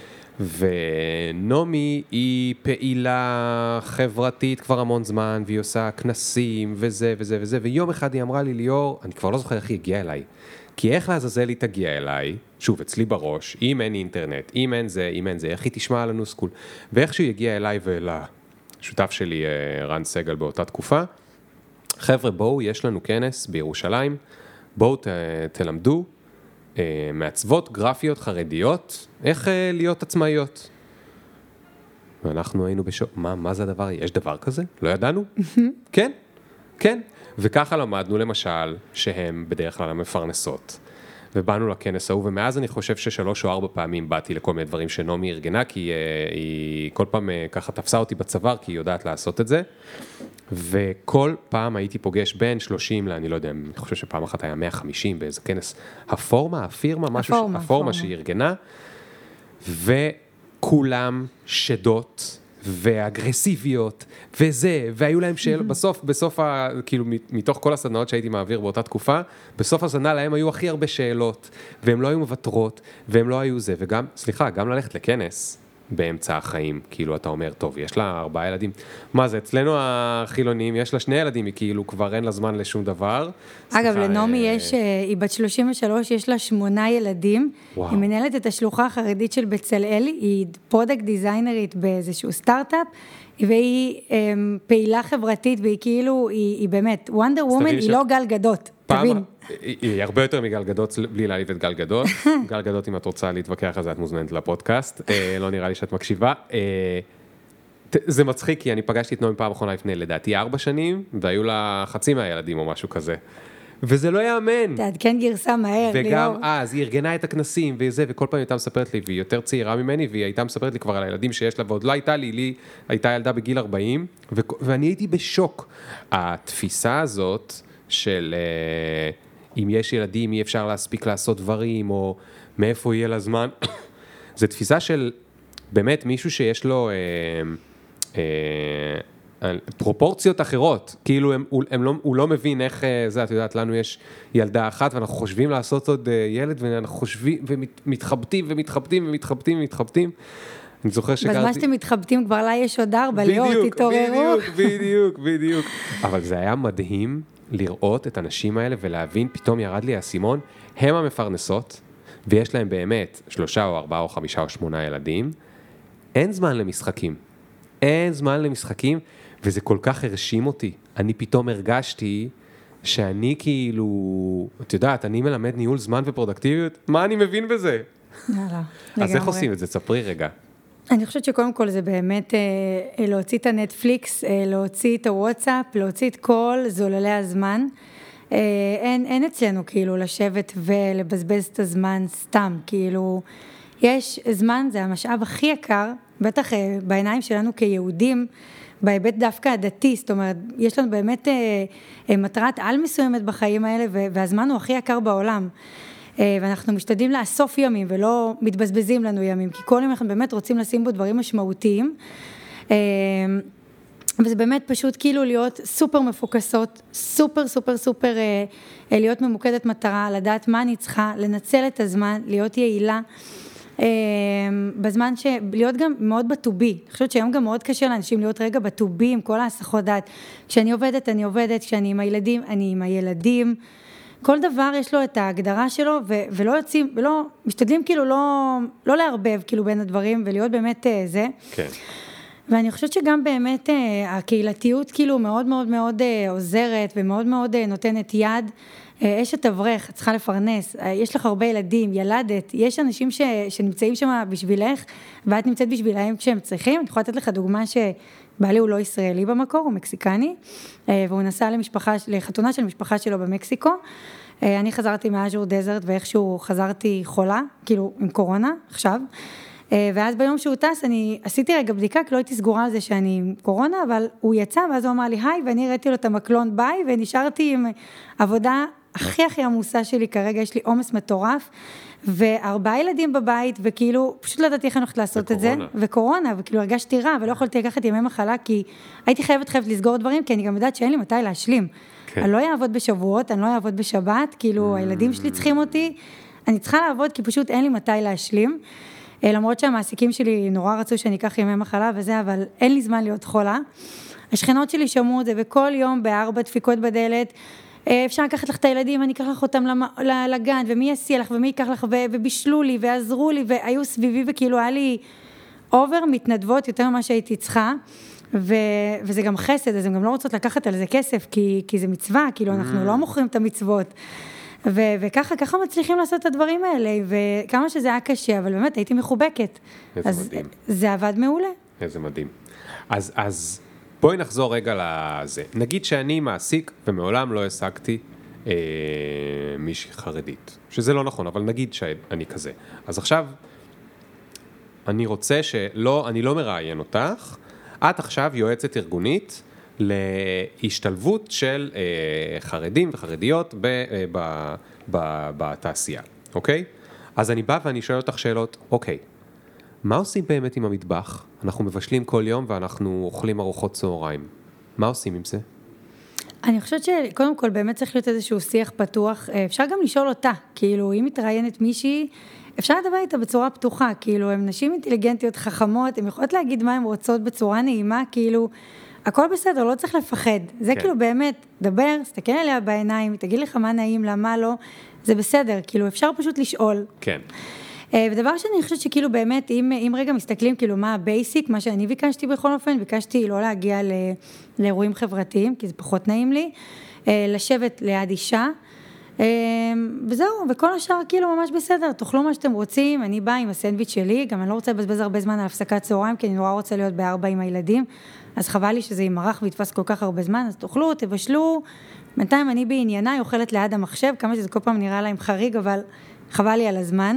ונומי היא פעילה חברתית כבר המון זמן, והיא עושה כנסים וזה וזה וזה, ויום אחד היא אמרה לי, ליאור, אני כבר לא זוכר איך היא הגיעה אליי, כי איך לעזאזל היא תגיע אליי, שוב, אצלי בראש, אם אין אינטרנט, אם אין זה, אם אין זה, איך היא תשמע על הניו סקול, ואיך שהיא הגיעה אליי ולשותף שלי, רן סגל, באותה תקופה, חבר'ה, בואו, יש לנו כנס בירושלים, בואו ת, תלמדו, מעצבות גרפיות חרדיות, איך להיות עצמאיות. ואנחנו היינו בשוק, מה, מה זה הדבר? יש דבר כזה? לא ידענו? כן, כן. וככה למדנו למשל שהם בדרך כלל המפרנסות. ובאנו לכנס ההוא, ומאז אני חושב ששלוש או ארבע פעמים באתי לכל מיני דברים שנומי ארגנה, כי uh, היא כל פעם uh, ככה תפסה אותי בצוואר, כי היא יודעת לעשות את זה. וכל פעם הייתי פוגש בין שלושים, אני לא יודע, אני חושב שפעם אחת היה מאה וחמישים באיזה כנס, הפורמה, הפירמה, משהו, הפורמה, ש... הפורמה שהיא ארגנה, וכולם שדות, ואגרסיביות, וזה, והיו להם שאלות, בסוף, בסוף, ה, כאילו, מתוך כל הסדנאות שהייתי מעביר באותה תקופה, בסוף הסדנה להם היו הכי הרבה שאלות, והם לא היו מבטרות, והם לא היו זה, וגם, סליחה, גם ללכת לכנס, באמצע החיים, כאילו, אתה אומר, טוב, יש לה ארבעה ילדים, מה זה, אצלנו החילונים, יש לה שני ילדים, היא כאילו, כבר אין לה זמן לשום דבר. אגב, לנומי יש, היא בת שלושים ושלוש, יש לה שמונה ילדים, היא מנהלת את השלוחה החרדית של בצלאל, היא פרודקט דיזיינרית באיזשהו סטארט-אפ, והיא פעילה חברתית, והיא כאילו, היא באמת, וונדר וומן היא לא גל גדות, תבין. היא הרבה יותר מגל גדות, בלי להעליב את גל גדות. גל גדות, אם את רוצה להתווכח על זה, את מוזמנת לפודקאסט. לא נראה לי שאת מקשיבה. זה מצחיק, כי אני פגשתי את נומי פעם אחרונה לפני, לדעתי, ארבע שנים, והיו לה חצי מהילדים או משהו כזה. וזה לא יאמן. תעדכן גרסה מהר, ליאור. וגם אז היא ארגנה את הכנסים וזה, וכל פעם הייתה מספרת לי, והיא יותר צעירה ממני, והיא הייתה מספרת לי כבר על הילדים שיש לה, ועוד לא הייתה לי, לי הייתה ילדה בגיל ארבעים, ואני הייתי בשוק. התפיסה הזאת של אם יש ילדים, אי אפשר להספיק לעשות דברים, או מאיפה יהיה לה זמן, זו תפיסה של באמת מישהו שיש לו אה, אה, פרופורציות אחרות, כאילו הם, הם לא, הוא לא מבין איך זה, את יודעת, לנו יש ילדה אחת, ואנחנו חושבים לעשות עוד ילד, ואנחנו חושבים ומתחבטים ומתחבטים ומתחבטים ומתחבטים, אני זוכר שקראתי... בזמן שאתם מתחבטים, כבר לה יש עוד ארבע, ליאור, תתעוררו. בדיוק, בדיוק, בדיוק. אבל זה היה מדהים לראות את האנשים האלה ולהבין, פתאום ירד לי הסימון, הם המפרנסות, ויש להם באמת שלושה או ארבעה או חמישה או שמונה ילדים, אין זמן למשחקים. אין זמן למשחקים, וזה כל כך הרשים אותי. אני פתאום הרגשתי שאני כאילו, את יודעת, אני מלמד ניהול זמן ופרודקטיביות, מה אני מבין בזה? יאללה, אז איך עושים את זה? ספרי רגע. אני חושבת שקודם כל זה באמת אה, להוציא את הנטפליקס, אה, להוציא את הוואטסאפ, להוציא את כל זוללי הזמן. אה, אין, אין אצלנו כאילו לשבת ולבזבז את הזמן סתם, כאילו יש זמן, זה המשאב הכי יקר, בטח אה, בעיניים שלנו כיהודים, בהיבט דווקא הדתי, זאת אומרת, יש לנו באמת אה, אה, מטרת על מסוימת בחיים האלה, והזמן הוא הכי יקר בעולם. ואנחנו משתדלים לאסוף ימים ולא מתבזבזים לנו ימים, כי כל יום אנחנו באמת רוצים לשים בו דברים משמעותיים, וזה באמת פשוט כאילו להיות סופר מפוקסות, סופר סופר סופר להיות ממוקדת מטרה, לדעת מה אני צריכה, לנצל את הזמן, להיות יעילה, בזמן ש... להיות גם מאוד בטובי, אני חושבת שהיום גם מאוד קשה לאנשים להיות רגע בטובי עם כל ההסחות דעת, כשאני עובדת אני עובדת, כשאני עם הילדים אני עם הילדים, כל דבר יש לו את ההגדרה שלו, ו- ולא יוצאים, ולא, משתדלים כאילו לא, לא לערבב כאילו בין הדברים, ולהיות באמת זה. כן. ואני חושבת שגם באמת הקהילתיות כאילו מאוד מאוד מאוד עוזרת, ומאוד מאוד נותנת יד. אשת אברך, את צריכה לפרנס, יש לך הרבה ילדים, ילדת, יש אנשים ש- שנמצאים שם בשבילך, ואת נמצאת בשבילהם כשהם צריכים. אני יכולה לתת לך דוגמה שבעלי הוא לא ישראלי במקור, הוא מקסיקני, והוא נסע למשפחה, לחתונה של משפחה שלו במקסיקו. אני חזרתי מאז'ור דזרט, ואיכשהו חזרתי חולה, כאילו עם קורונה, עכשיו. ואז ביום שהוא טס, אני עשיתי רגע בדיקה, כי לא הייתי סגורה על זה שאני עם קורונה, אבל הוא יצא, ואז הוא אמר לי, היי, ואני הראיתי לו את המקלון ביי, ונשארתי עם עבודה הכי הכי עמוסה שלי כרגע, יש לי עומס מטורף, וארבעה ילדים בבית, וכאילו, פשוט לא ידעתי איך אני הולכת לעשות את זה, וקורונה, וכאילו הרגשתי רע, ולא יכולתי לקחת ימי מחלה, כי הייתי חייבת חייבת לסגור דברים, כי אני גם יודעת שאין לי מתי להשלים. אני לא אעבוד בשבועות, אני לא אעבוד בשבת, כאילו הילדים שלי צריכים אותי, אני צריכה לעבוד, כי פשוט אין לי מתי להשלים, למרות שהמעסיקים שלי נורא רצו שאני אקח ימי מחלה וזה, אבל אין לי זמן להיות חולה. השכנות שלי שמעו את זה, וכל יום בארבע דפיקות בדלת, אפשר לקחת לך את הילדים, אני אקח לך אותם לגן, ומי יסיע לך, ומי ייקח לך, ובישלו לי, ועזרו לי, והיו סביבי, וכאילו היה לי אובר מתנדבות יותר ממה שהייתי צריכה, ו, וזה גם חסד, אז הם גם לא רוצות לקחת על זה כסף, כי, כי זה מצווה, כאילו אנחנו לא מוכרים את המצוות, ו, וככה, ככה מצליחים לעשות את הדברים האלה, וכמה שזה היה קשה, אבל באמת הייתי מחובקת. איזה אז מדהים. זה עבד מעולה. איזה מדהים. אז, אז בואי נחזור רגע לזה. נגיד שאני מעסיק ומעולם לא העסקתי אה, מישהי חרדית, שזה לא נכון, אבל נגיד שאני כזה. אז עכשיו, אני רוצה שלא, אני לא מראיין אותך, את עכשיו יועצת ארגונית להשתלבות של אה, חרדים וחרדיות ב, אה, ב, ב, בתעשייה, אוקיי? אז אני בא ואני שואל אותך שאלות, אוקיי, מה עושים באמת עם המטבח? אנחנו מבשלים כל יום ואנחנו אוכלים ארוחות צהריים. מה עושים עם זה? אני חושבת שקודם כל באמת צריך להיות איזשהו שיח פתוח, אפשר גם לשאול אותה, כאילו אם מתראיינת מישהי, אפשר לדבר איתה בצורה פתוחה, כאילו הן נשים אינטליגנטיות חכמות, הן יכולות להגיד מה הן רוצות בצורה נעימה, כאילו הכל בסדר, לא צריך לפחד, זה כן. כאילו באמת, דבר, סתכל עליה בעיניים, תגיד לך מה נעים לה, מה לא, זה בסדר, כאילו אפשר פשוט לשאול. כן. ודבר שאני חושבת שכאילו באמת, אם, אם רגע מסתכלים כאילו מה הבייסיק, מה שאני ביקשתי בכל אופן, ביקשתי לא להגיע ל, לאירועים חברתיים, כי זה פחות נעים לי, לשבת ליד אישה, וזהו, וכל השאר כאילו ממש בסדר, תאכלו מה שאתם רוצים, אני באה עם הסנדוויץ' שלי, גם אני לא רוצה לבזבז הרבה זמן על הפסקת צהריים, כי אני נורא רוצה להיות בארבע עם הילדים, אז חבל לי שזה ימרח ויתפס כל כך הרבה זמן, אז תאכלו, תבשלו, בינתיים אני בעניינה, אוכלת ליד המחשב, כמה שזה כל פעם נראה להם חריג, אבל חבל לי על הזמן.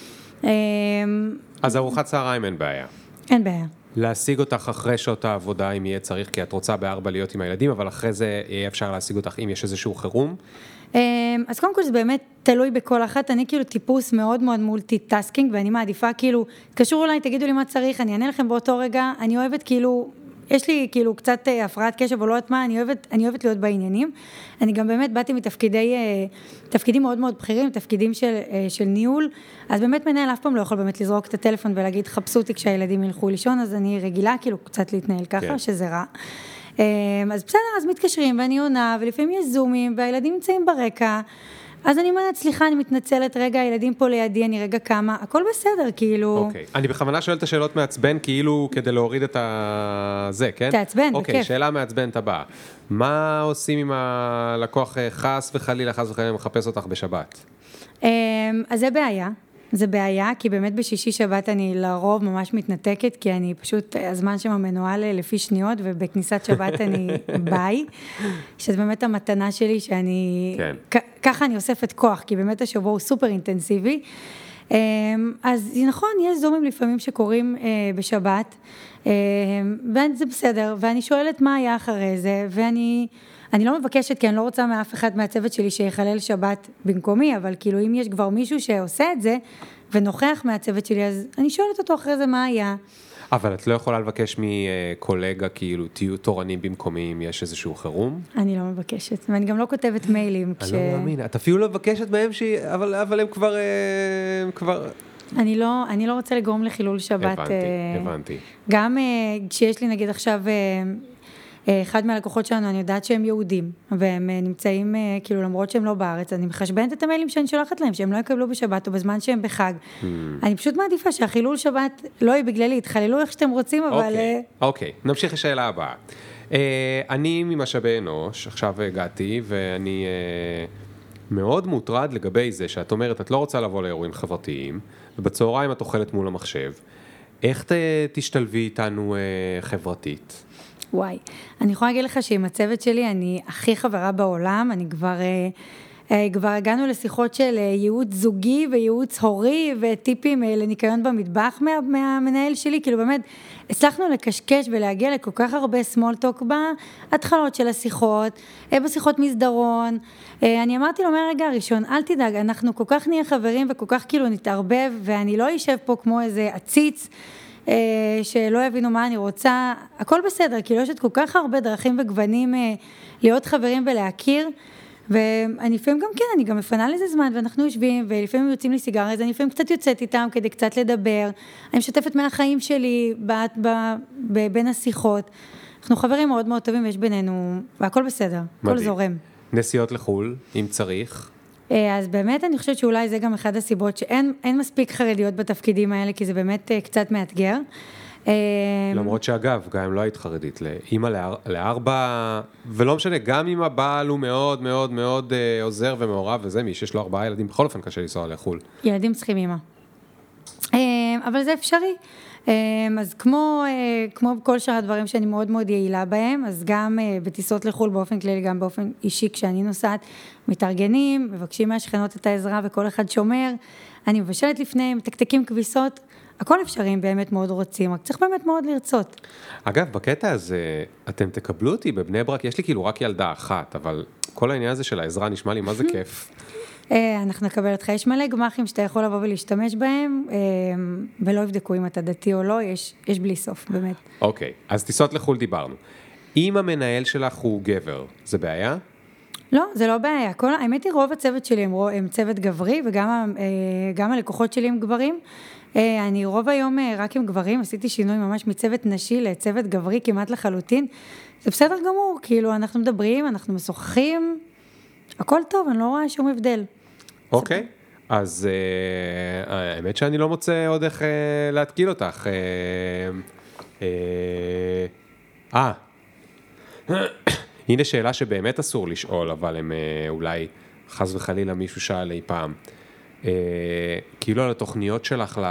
אז ארוחת צהריים אין בעיה. אין בעיה. להשיג אותך אחרי שעות העבודה אם יהיה צריך, כי את רוצה בארבע להיות עם הילדים, אבל אחרי זה יהיה אפשר להשיג אותך אם יש איזשהו חירום. אז קודם כל זה באמת תלוי בכל אחת, אני כאילו טיפוס מאוד מאוד מולטי-טסקינג, ואני מעדיפה כאילו, תקשרו אליי, תגידו לי מה צריך, אני אענה לכם באותו רגע, אני אוהבת כאילו, יש לי כאילו קצת הפרעת קשב או לא יודעת מה, אני אוהבת, אני אוהבת להיות בעניינים, אני גם באמת באתי מתפקידי, תפקידים מאוד מאוד בכירים, תפקידים של, של ניהול, אז באמת מנהל אף פעם לא יכול באמת לזרוק את הטלפון ולהגיד, חפשו אותי כשהילדים ילכו לישון, אז אני רגילה כאילו קצת להתנהל ככה, כן. שזה רע. אז בסדר, אז מתקשרים ואני עונה, ולפעמים יש זומים, והילדים נמצאים ברקע, אז אני אומרת, סליחה, אני מתנצלת, רגע, הילדים פה לידי, אני רגע כמה, הכל בסדר, כאילו... אוקיי, אני בכוונה שואלת את השאלות מעצבן, כאילו כדי להוריד את זה, כן? תעצבן, בכיף. אוקיי, שאלה מעצבנת הבאה. מה עושים אם הלקוח חס וחלילה, חס וחלילה, מחפש אותך בשבת? אז זה בעיה. זה בעיה, כי באמת בשישי שבת אני לרוב ממש מתנתקת, כי אני פשוט, הזמן שם מנוהל לפי שניות, ובכניסת שבת אני ביי, שזה באמת המתנה שלי, שאני, כן. ככה אני אוספת כוח, כי באמת השבוע הוא סופר אינטנסיבי, אז נכון, יש זומים לפעמים שקורים בשבת, וזה בסדר, ואני שואלת מה היה אחרי זה, ואני... אני לא מבקשת, כי אני לא רוצה מאף אחד מהצוות שלי שיחלל שבת במקומי, אבל כאילו אם יש כבר מישהו שעושה את זה, ונוכח מהצוות שלי, אז אני שואלת אותו אחרי זה מה היה. אבל את לא יכולה לבקש מקולגה, כאילו, תהיו תורנים במקומי, אם יש איזשהו חירום? אני לא מבקשת, ואני גם לא כותבת מיילים. אני לא מאמין, את אפילו לא מבקשת מהם, אבל, אבל הם כבר, הם כבר... אני לא, אני לא רוצה לגרום לחילול שבת. הבנתי, הבנתי. גם כשיש לי, נגיד עכשיו... אחד מהלקוחות שלנו, אני יודעת שהם יהודים, והם נמצאים, כאילו, למרות שהם לא בארץ, אני מחשבנת את המיילים שאני שולחת להם, שהם לא יקבלו בשבת או בזמן שהם בחג. Hmm. אני פשוט מעדיפה שהחילול שבת לא יהיה בגללי, התחללו איך שאתם רוצים, אבל... אוקיי, okay. אוקיי. Okay. נמשיך לשאלה הבאה. Uh, אני ממשאבי אנוש, עכשיו הגעתי, ואני uh, מאוד מוטרד לגבי זה, שאת אומרת, את לא רוצה לבוא לאירועים חברתיים, ובצהריים את אוכלת מול המחשב. איך ת, תשתלבי איתנו uh, חברתית? וואי, אני יכולה להגיד לך שעם הצוות שלי אני הכי חברה בעולם, אני כבר, כבר הגענו לשיחות של ייעוץ זוגי וייעוץ הורי וטיפים לניקיון במטבח מה, מהמנהל שלי, כאילו באמת הצלחנו לקשקש ולהגיע לכל כך הרבה סמולטוק בהתחלות של השיחות, בשיחות מסדרון, אני אמרתי לו מהרגע הראשון, אל תדאג, אנחנו כל כך נהיה חברים וכל כך כאילו נתערבב ואני לא יישב פה כמו איזה עציץ, שלא יבינו מה אני רוצה, הכל בסדר, כאילו יש את כל כך הרבה דרכים וגוונים להיות חברים ולהכיר, ואני לפעמים גם כן, אני גם מפנה לזה זמן, ואנחנו יושבים, ולפעמים יוצאים לי סיגריה, אז אני לפעמים קצת יוצאת איתם כדי קצת לדבר, אני משתפת מהחיים שלי בין השיחות, אנחנו חברים מאוד מאוד טובים, ויש בינינו, והכל בסדר, הכל זורם. נסיעות לחול, אם צריך? אז באמת אני חושבת שאולי זה גם אחד הסיבות שאין אין מספיק חרדיות בתפקידים האלה, כי זה באמת קצת מאתגר. למרות שאגב, גם אם לא היית חרדית, לאמא לארבע, ולא משנה, גם אם הבעל הוא מאוד מאוד מאוד עוזר ומעורב וזה, מי שיש לו ארבעה ילדים, בכל אופן קשה לנסוע לחול. ילדים צריכים אמא. אבל זה אפשרי. אז כמו, כמו כל שאר הדברים שאני מאוד מאוד יעילה בהם, אז גם בטיסות לחול באופן כללי, גם באופן אישי כשאני נוסעת, מתארגנים, מבקשים מהשכנות את העזרה וכל אחד שומר, אני מבשלת לפניהם, תקתקים כביסות, הכל אפשריים באמת מאוד רוצים, רק צריך באמת מאוד לרצות. אגב, בקטע הזה, אתם תקבלו אותי בבני ברק, יש לי כאילו רק ילדה אחת, אבל כל העניין הזה של העזרה נשמע לי מה זה כיף. אנחנו נקבל אותך, יש מלא גמחים שאתה יכול לבוא ולהשתמש בהם, ולא יבדקו אם אתה דתי או לא, יש, יש בלי סוף, באמת. אוקיי, אז טיסות לחול דיברנו. אם המנהל שלך הוא גבר, זה בעיה? לא, זה לא בעיה. כל, האמת היא, רוב הצוות שלי הם, הם צוות גברי, וגם גם הלקוחות שלי הם גברים. אני רוב היום רק עם גברים, עשיתי שינוי ממש מצוות נשי לצוות גברי כמעט לחלוטין. זה בסדר גמור, כאילו אנחנו מדברים, אנחנו משוחחים, הכל טוב, אני לא רואה שום הבדל. אוקיי, אז האמת שאני לא מוצא עוד איך להתקיל אותך. אה, הנה שאלה שבאמת אסור לשאול, אבל הם אולי חס וחלילה מישהו שאל אי פעם. כאילו על התוכניות שלך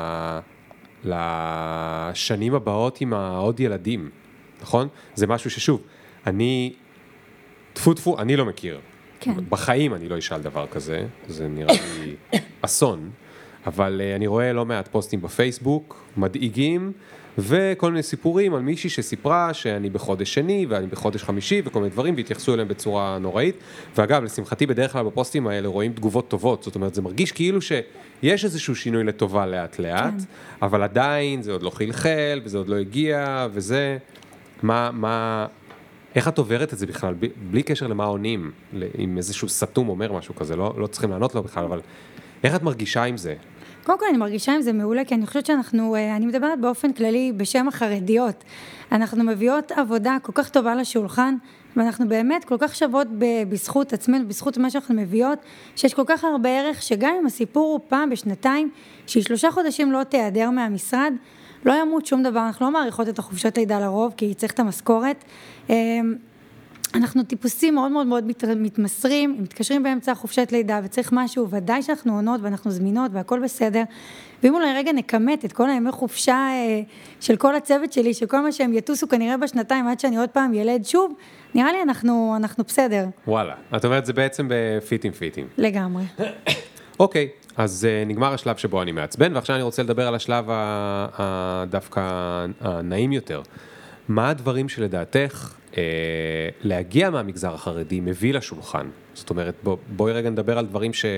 לשנים הבאות עם העוד ילדים, נכון? זה משהו ששוב, אני, תפו תפו, אני לא מכיר. כן. בחיים אני לא אשאל דבר כזה, זה נראה לי אסון, אבל אני רואה לא מעט פוסטים בפייסבוק, מדאיגים, וכל מיני סיפורים על מישהי שסיפרה שאני בחודש שני, ואני בחודש חמישי, וכל מיני דברים, והתייחסו אליהם בצורה נוראית, ואגב, לשמחתי בדרך כלל בפוסטים האלה רואים תגובות טובות, זאת אומרת, זה מרגיש כאילו שיש איזשהו שינוי לטובה לאט לאט, כן. אבל עדיין זה עוד לא חלחל, וזה עוד לא הגיע, וזה, מה, מה, איך את עוברת את זה בכלל, בלי קשר למה עונים, אם איזשהו סתום אומר משהו כזה, לא, לא צריכים לענות לו בכלל, אבל איך את מרגישה עם זה? קודם כל אני מרגישה עם זה מעולה, כי אני חושבת שאנחנו, אני מדברת באופן כללי בשם החרדיות, אנחנו מביאות עבודה כל כך טובה לשולחן, ואנחנו באמת כל כך שוות בזכות עצמנו, בזכות מה שאנחנו מביאות, שיש כל כך הרבה ערך, שגם אם הסיפור הוא פעם בשנתיים, שהיא שלושה חודשים לא תיעדר מהמשרד, לא ימות שום דבר, אנחנו לא מעריכות את החופשות לידה לרוב, כי צריך את המשכורת, אנחנו טיפוסים מאוד מאוד מאוד מתמסרים, מתקשרים באמצע חופשת לידה וצריך משהו, ודאי שאנחנו עונות ואנחנו זמינות והכל בסדר, ואם אולי רגע נקמת את כל הימי חופשה של כל הצוות שלי, שכל מה שהם יטוסו כנראה בשנתיים עד שאני עוד פעם ילד שוב, נראה לי אנחנו, אנחנו בסדר. וואלה, את אומרת זה בעצם בפיטים פיטים. לגמרי. אוקיי, אז נגמר השלב שבו אני מעצבן, ועכשיו אני רוצה לדבר על השלב הדווקא הנעים יותר. מה הדברים שלדעתך אה, להגיע מהמגזר החרדי מביא לשולחן? זאת אומרת, בוא, בואי רגע נדבר על דברים ש,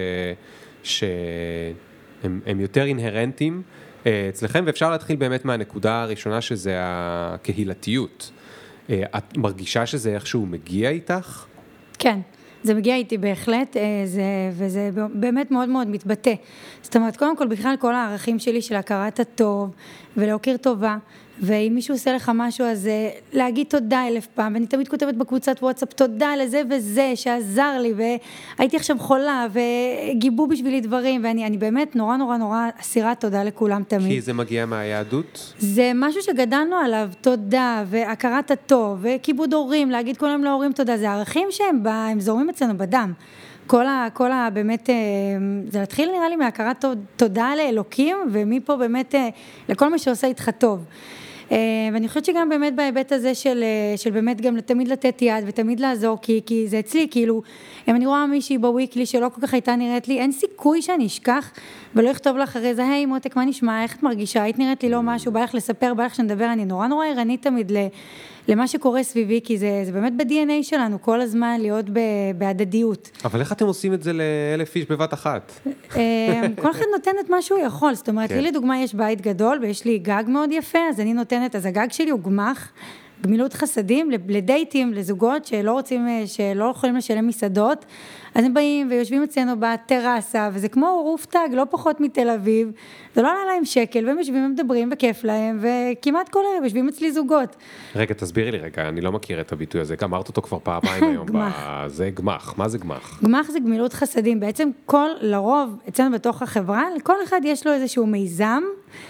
שהם הם יותר אינהרנטיים אה, אצלכם, ואפשר להתחיל באמת מהנקודה הראשונה שזה הקהילתיות. אה, את מרגישה שזה איכשהו מגיע איתך? כן. זה מגיע איתי בהחלט, זה, וזה באמת מאוד מאוד מתבטא. זאת אומרת, קודם כל, בכלל כל הערכים שלי של הכרת הטוב, ולהוקיר טובה, ואם מישהו עושה לך משהו, אז להגיד תודה אלף פעם, ואני תמיד כותבת בקבוצת וואטסאפ, תודה לזה וזה, שעזר לי, והייתי עכשיו חולה, וגיבו בשבילי דברים, ואני אני באמת נורא נורא נורא אסירת תודה לכולם תמיד. כי זה מגיע מהיהדות? זה משהו שגדלנו עליו, תודה, והכרת הטוב, וכיבוד הורים, להגיד כולם להורים תודה, זה ערכים שהם בה, הם זורמים אצלנו בדם. כל ה, כל ה, באמת, זה להתחיל נראה לי מהכרת תודה לאלוקים, ומפה באמת לכל מה שעושה איתך טוב. ואני חושבת שגם באמת בהיבט הזה של, של באמת גם תמיד לתת יד ותמיד לעזור, כי, כי זה אצלי, כאילו, אם אני רואה מישהי בוויקלי שלא כל כך הייתה נראית לי, אין סיכוי שאני אשכח ולא יכתוב לך אחרי זה, היי מותק, מה נשמע, איך את מרגישה, היית נראית לי לא משהו, בא לך לספר, בא לך שנדבר, אני נורא נורא ערנית תמיד ל... למה שקורה סביבי, כי זה, זה באמת ב-די אן איי שלנו, כל הזמן להיות בהדדיות. אבל איך אתם עושים את זה לאלף איש בבת אחת? כל אחד נותן את מה שהוא יכול, זאת אומרת, לי לדוגמה יש בית גדול, ויש לי גג מאוד יפה, אז אני נותנת, אז הגג שלי הוא גמח, גמילות חסדים, לדייטים, לזוגות שלא רוצים, שלא יכולים לשלם מסעדות, אז הם באים ויושבים אצלנו בטרסה, וזה כמו רופטאג, לא פחות מתל אביב, זה לא עלה להם שקל, והם יושבים ומדברים וכיף להם, וכמעט כל ערב יושבים אצלי זוגות. רגע, תסבירי לי רגע, אני לא מכיר את הביטוי הזה, אמרת אותו כבר פעמיים היום. גמח. זה גמח, מה זה גמח? גמח זה גמילות חסדים, בעצם כל, לרוב, אצלנו בתוך החברה, לכל אחד יש לו איזשהו מיזם,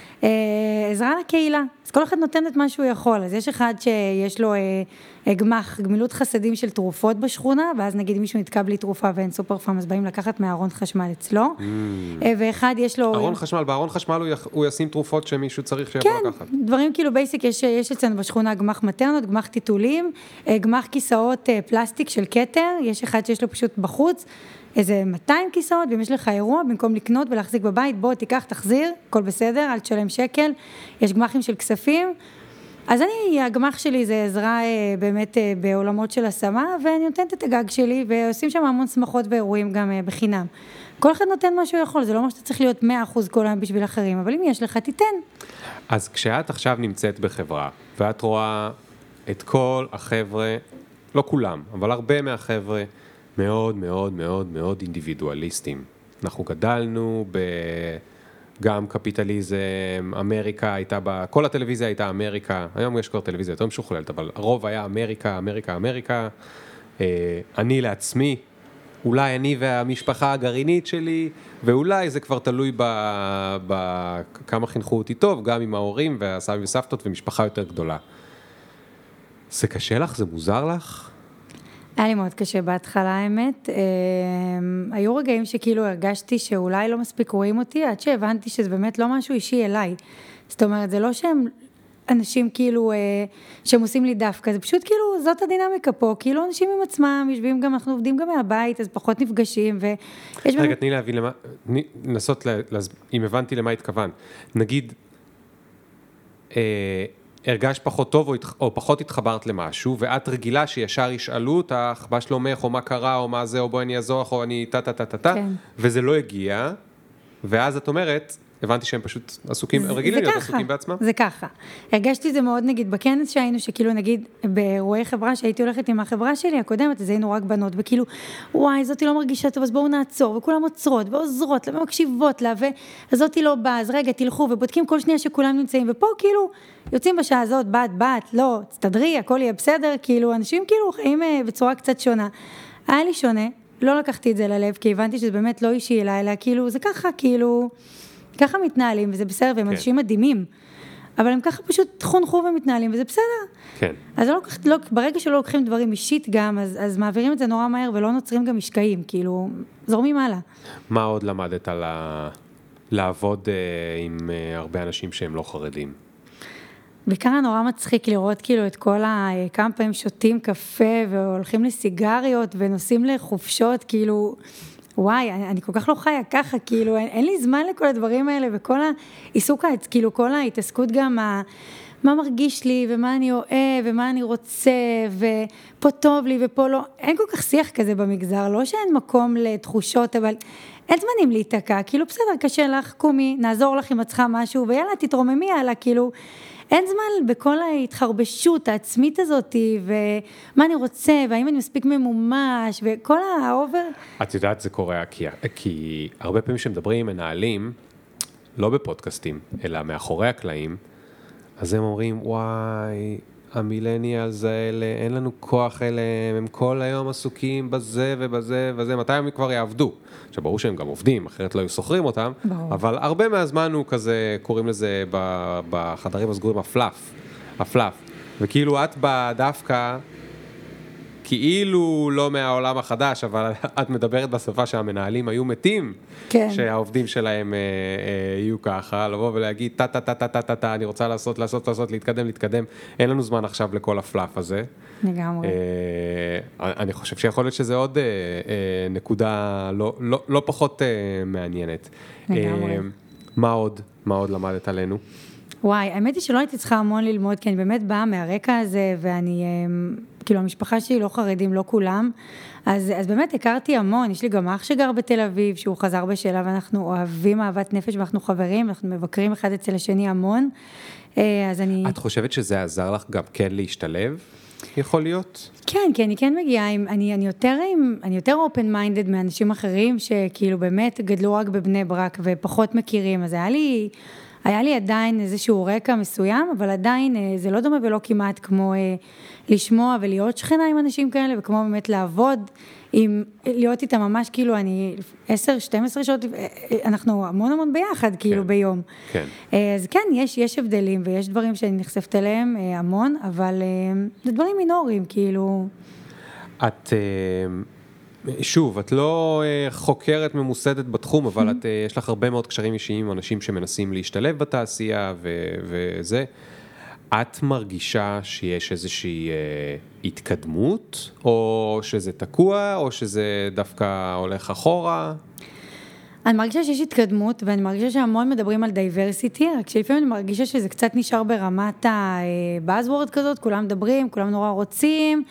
עזרה לקהילה, אז כל אחד נותן את מה שהוא יכול, אז יש אחד שיש לו גמח, גמילות חסדים של תרופות בשכונה, ואז נגיד מישהו נתקע בלי תרופה ואין סופר פארם, אז באים לקחת מהארון חשמל אצלו, ואחד יש לו... ארון חשמל, בארון חשמל הוא ישים תרופות שמישהו צריך שיבוא לקחת. כן, דברים כאילו בייסיק, יש אצלנו בשכונה גמח מטרנות, גמח טיטולים, גמח כיסאות פלסטיק של קטר, יש אחד שיש לו פשוט בחוץ, איזה מאתיים כיסאות, ואם יש לך אירוע, במקום לקנות ולהחזיק בבית, בוא תיקח, תחזיר, הכל בסדר, אל תשלם שקל, יש גמחים של כספים, אז אני, הגמח שלי זה עזרה באמת בעולמות של השמה, ואני נותנת את הגג שלי, ועושים שם המון שמחות ואירועים גם בחינם. כל אחד נותן מה שהוא יכול, זה לא אומר שאתה צריך להיות מאה אחוז כל היום בשביל אחרים, אבל אם יש לך, תיתן. אז כשאת עכשיו נמצאת בחברה, ואת רואה את כל החבר'ה, לא כולם, אבל הרבה מהחבר'ה, מאוד מאוד מאוד מאוד אינדיבידואליסטים. אנחנו גדלנו גם קפיטליזם, אמריקה הייתה בה, כל הטלוויזיה הייתה אמריקה, היום יש כבר טלוויזיה יותר משוכללת, אבל הרוב היה אמריקה, אמריקה, אמריקה, אני לעצמי, אולי אני והמשפחה הגרעינית שלי, ואולי זה כבר תלוי בכמה חינכו אותי טוב, גם עם ההורים והסבים וסבתות ומשפחה יותר גדולה. זה קשה לך? זה מוזר לך? היה לי מאוד קשה בהתחלה, האמת. היו רגעים שכאילו הרגשתי שאולי לא מספיק רואים אותי, עד שהבנתי שזה באמת לא משהו אישי אליי. זאת אומרת, זה לא שהם אנשים כאילו, שהם עושים לי דווקא, זה פשוט כאילו, זאת הדינמיקה פה, כאילו אנשים עם עצמם, יושבים גם, אנחנו עובדים גם מהבית, אז פחות נפגשים, ויש... רגע, תני להבין למה, לנסות, אם הבנתי למה התכוון. נגיד, הרגש פחות טוב, או, או פחות התחברת למשהו, ואת רגילה שישר ישאלו אותך, מה שלומך, או מה קרה, או מה זה, או בואי אני אעזור, או אני טה-טה-טה-טה, כן. וזה לא הגיע, ואז את אומרת, הבנתי שהם פשוט עסוקים, רגילים להיות עסוקים בעצמם. זה ככה. הרגשתי זה מאוד, נגיד, בכנס שהיינו, שכאילו, נגיד, באירועי חברה, שהייתי הולכת עם החברה שלי הקודמת, אז היינו רק בנות, וכאילו, וואי, זאתי לא מרגישה טוב, אז בואו נעצור, וכולם עוצרות, ועוזרות לה, ומקשיבות לה, וזאתי לא באה, אז רגע, תלכו, ובודקים כל שנייה שכולם נמצאים, ופה, כאילו, יוצאים בשעה הזאת, בת, בת, לא, תסתדרי, הכל יהיה בסדר, כאילו, אנשים, כאילו, חיים בצורה קצת שונה. היה לי שונה, לא לקחתי את זה ללב, כי הבנתי שזה באמת לא אישי אליי, אלא כאילו, זה ככה, כאילו, ככה מתנהלים, וזה בסדר, והם אנשים מדהימים. אבל הם ככה פשוט חונכו ומתנהלים, וזה בסדר. כן. אז לא, לא, ברגע שלא לוקחים דברים אישית גם, אז, אז מעבירים את זה נורא מהר, ולא נוצרים גם משקעים, כאילו, זורמים הלאה. מה עוד למדת על ה... לעבוד אה, עם אה, הרבה אנשים שהם לא חרדים? בעיקר נורא מצחיק לראות כאילו את כל ה... כמה פעמים שותים קפה, והולכים לסיגריות, ונוסעים לחופשות, כאילו... וואי, אני, אני כל כך לא חיה ככה, כאילו, אין, אין לי זמן לכל הדברים האלה, וכל העיסוק, כאילו, כל ההתעסקות גם, ה, מה מרגיש לי, ומה אני אוהב, ומה אני רוצה, ופה טוב לי, ופה לא, אין כל כך שיח כזה במגזר, לא שאין מקום לתחושות, אבל אין זמנים להיתקע, כאילו, בסדר, קשה לך, קומי, נעזור לך אם את צריכה משהו, ויאללה, תתרוממי, יאללה, כאילו, אין זמן בכל ההתחרבשות העצמית הזאת, ומה אני רוצה, והאם אני מספיק ממומש, וכל האובר... את יודעת, זה קורה, כי, כי הרבה פעמים שמדברים עם מנהלים, לא בפודקאסטים, אלא מאחורי הקלעים, אז הם אומרים, וואי, המילניאלס האלה, אין לנו כוח אליהם, הם כל היום עסוקים בזה ובזה וזה, מתי הם כבר יעבדו? עכשיו, ברור שהם גם עובדים, אחרת לא היו סוחרים אותם, ברור. אבל הרבה מהזמן הוא כזה, קוראים לזה בחדרים הסגורים, הפלאף, הפלאף. וכאילו את בדווקא, כאילו לא מהעולם החדש, אבל את מדברת בשפה שהמנהלים היו מתים, כן. שהעובדים שלהם אה, אה, יהיו ככה, לבוא ולהגיד, טה, טה, טה, טה, טה, טה, טה, אני רוצה לעשות, לעשות, לעשות, להתקדם, להתקדם, אין לנו זמן עכשיו לכל הפלאף הזה. לגמרי. אה, אני חושב שיכול להיות שזה עוד אה, אה, נקודה לא, לא, לא פחות אה, מעניינת. לגמרי. אה, מה עוד? מה עוד למדת עלינו? וואי, האמת היא שלא הייתי צריכה המון ללמוד, כי אני באמת באה מהרקע הזה, ואני, כאילו, המשפחה שלי לא חרדים, לא כולם, אז, אז באמת הכרתי המון, יש לי גם אח שגר בתל אביב, שהוא חזר בשאלה, ואנחנו אוהבים אהבת נפש, ואנחנו חברים, אנחנו מבקרים אחד אצל השני המון, אז אני... את חושבת שזה עזר לך גם כן להשתלב? יכול להיות? כן, כי אני כן מגיעה עם, אני, אני יותר עם, אני יותר open minded מאנשים אחרים, שכאילו באמת גדלו רק בבני ברק, ופחות מכירים, אז היה לי... היה לי עדיין איזשהו רקע מסוים, אבל עדיין זה לא דומה ולא כמעט כמו אה, לשמוע ולהיות שכנה עם אנשים כאלה, וכמו באמת לעבוד, עם, להיות איתם ממש כאילו אני עשר, שתים עשרה שעות, אנחנו המון המון ביחד כאילו כן, ביום. כן. אה, אז כן, יש, יש הבדלים ויש דברים שאני נחשפת אליהם אה, המון, אבל אה, זה דברים מינוריים כאילו. את... אה... שוב, את לא חוקרת ממוסדת בתחום, אבל את, יש לך הרבה מאוד קשרים אישיים עם אנשים שמנסים להשתלב בתעשייה ו- וזה. את מרגישה שיש איזושהי התקדמות, או שזה תקוע, או שזה דווקא הולך אחורה? אני מרגישה שיש התקדמות, ואני מרגישה שהמון מדברים על דייברסיטי, רק שלפעמים אני מרגישה שזה קצת נשאר ברמת הבאזוורד כזאת, כולם מדברים, כולם נורא רוצים,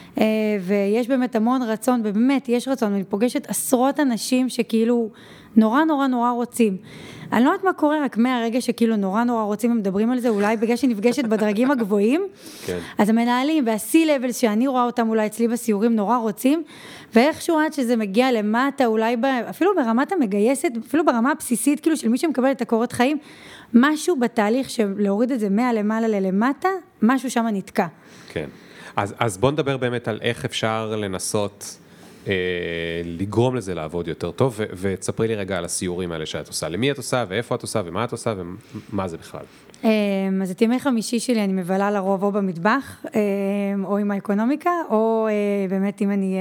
ויש באמת המון רצון, ובאמת יש רצון, ואני פוגשת עשרות אנשים שכאילו נורא נורא נורא רוצים. אני לא יודעת מה קורה, רק מהרגע שכאילו נורא נורא רוצים ומדברים על זה, אולי בגלל שנפגשת בדרגים הגבוהים, כן. אז המנהלים וה-C-Level שאני רואה אותם אולי אצלי בסיורים נורא רוצים, ואיכשהו עד שזה מגיע למטה, אולי אפילו ברמת המגייסת, אפילו ברמה הבסיסית, כאילו של מי שמקבל את הקורת חיים, משהו בתהליך של להוריד את זה מה למעלה ללמטה, משהו שם נתקע. כן. אז, אז בוא נדבר באמת על איך אפשר לנסות אה, לגרום לזה לעבוד יותר טוב, ו- ותספרי לי רגע על הסיורים האלה שאת עושה. למי את עושה, ואיפה את עושה, ומה את עושה, ומה זה בכלל? אז את ימי חמישי שלי אני מבלה לרוב או במטבח, או עם האקונומיקה, או באמת אם אני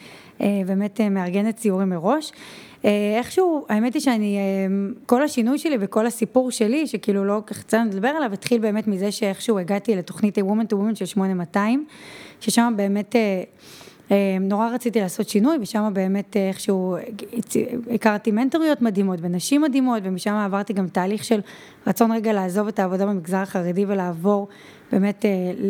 באמת מארגנת ציורים מראש. איכשהו, האמת היא שאני, כל השינוי שלי וכל הסיפור שלי, שכאילו לא כך צריך לדבר עליו, התחיל באמת מזה שאיכשהו הגעתי לתוכנית Woman to Woman של שמונה מאתיים, ששם באמת נורא רציתי לעשות שינוי, ושם באמת איכשהו הכרתי מנטוריות מדהימות ונשים מדהימות, ומשם עברתי גם תהליך של רצון רגע לעזוב את העבודה במגזר החרדי ולעבור באמת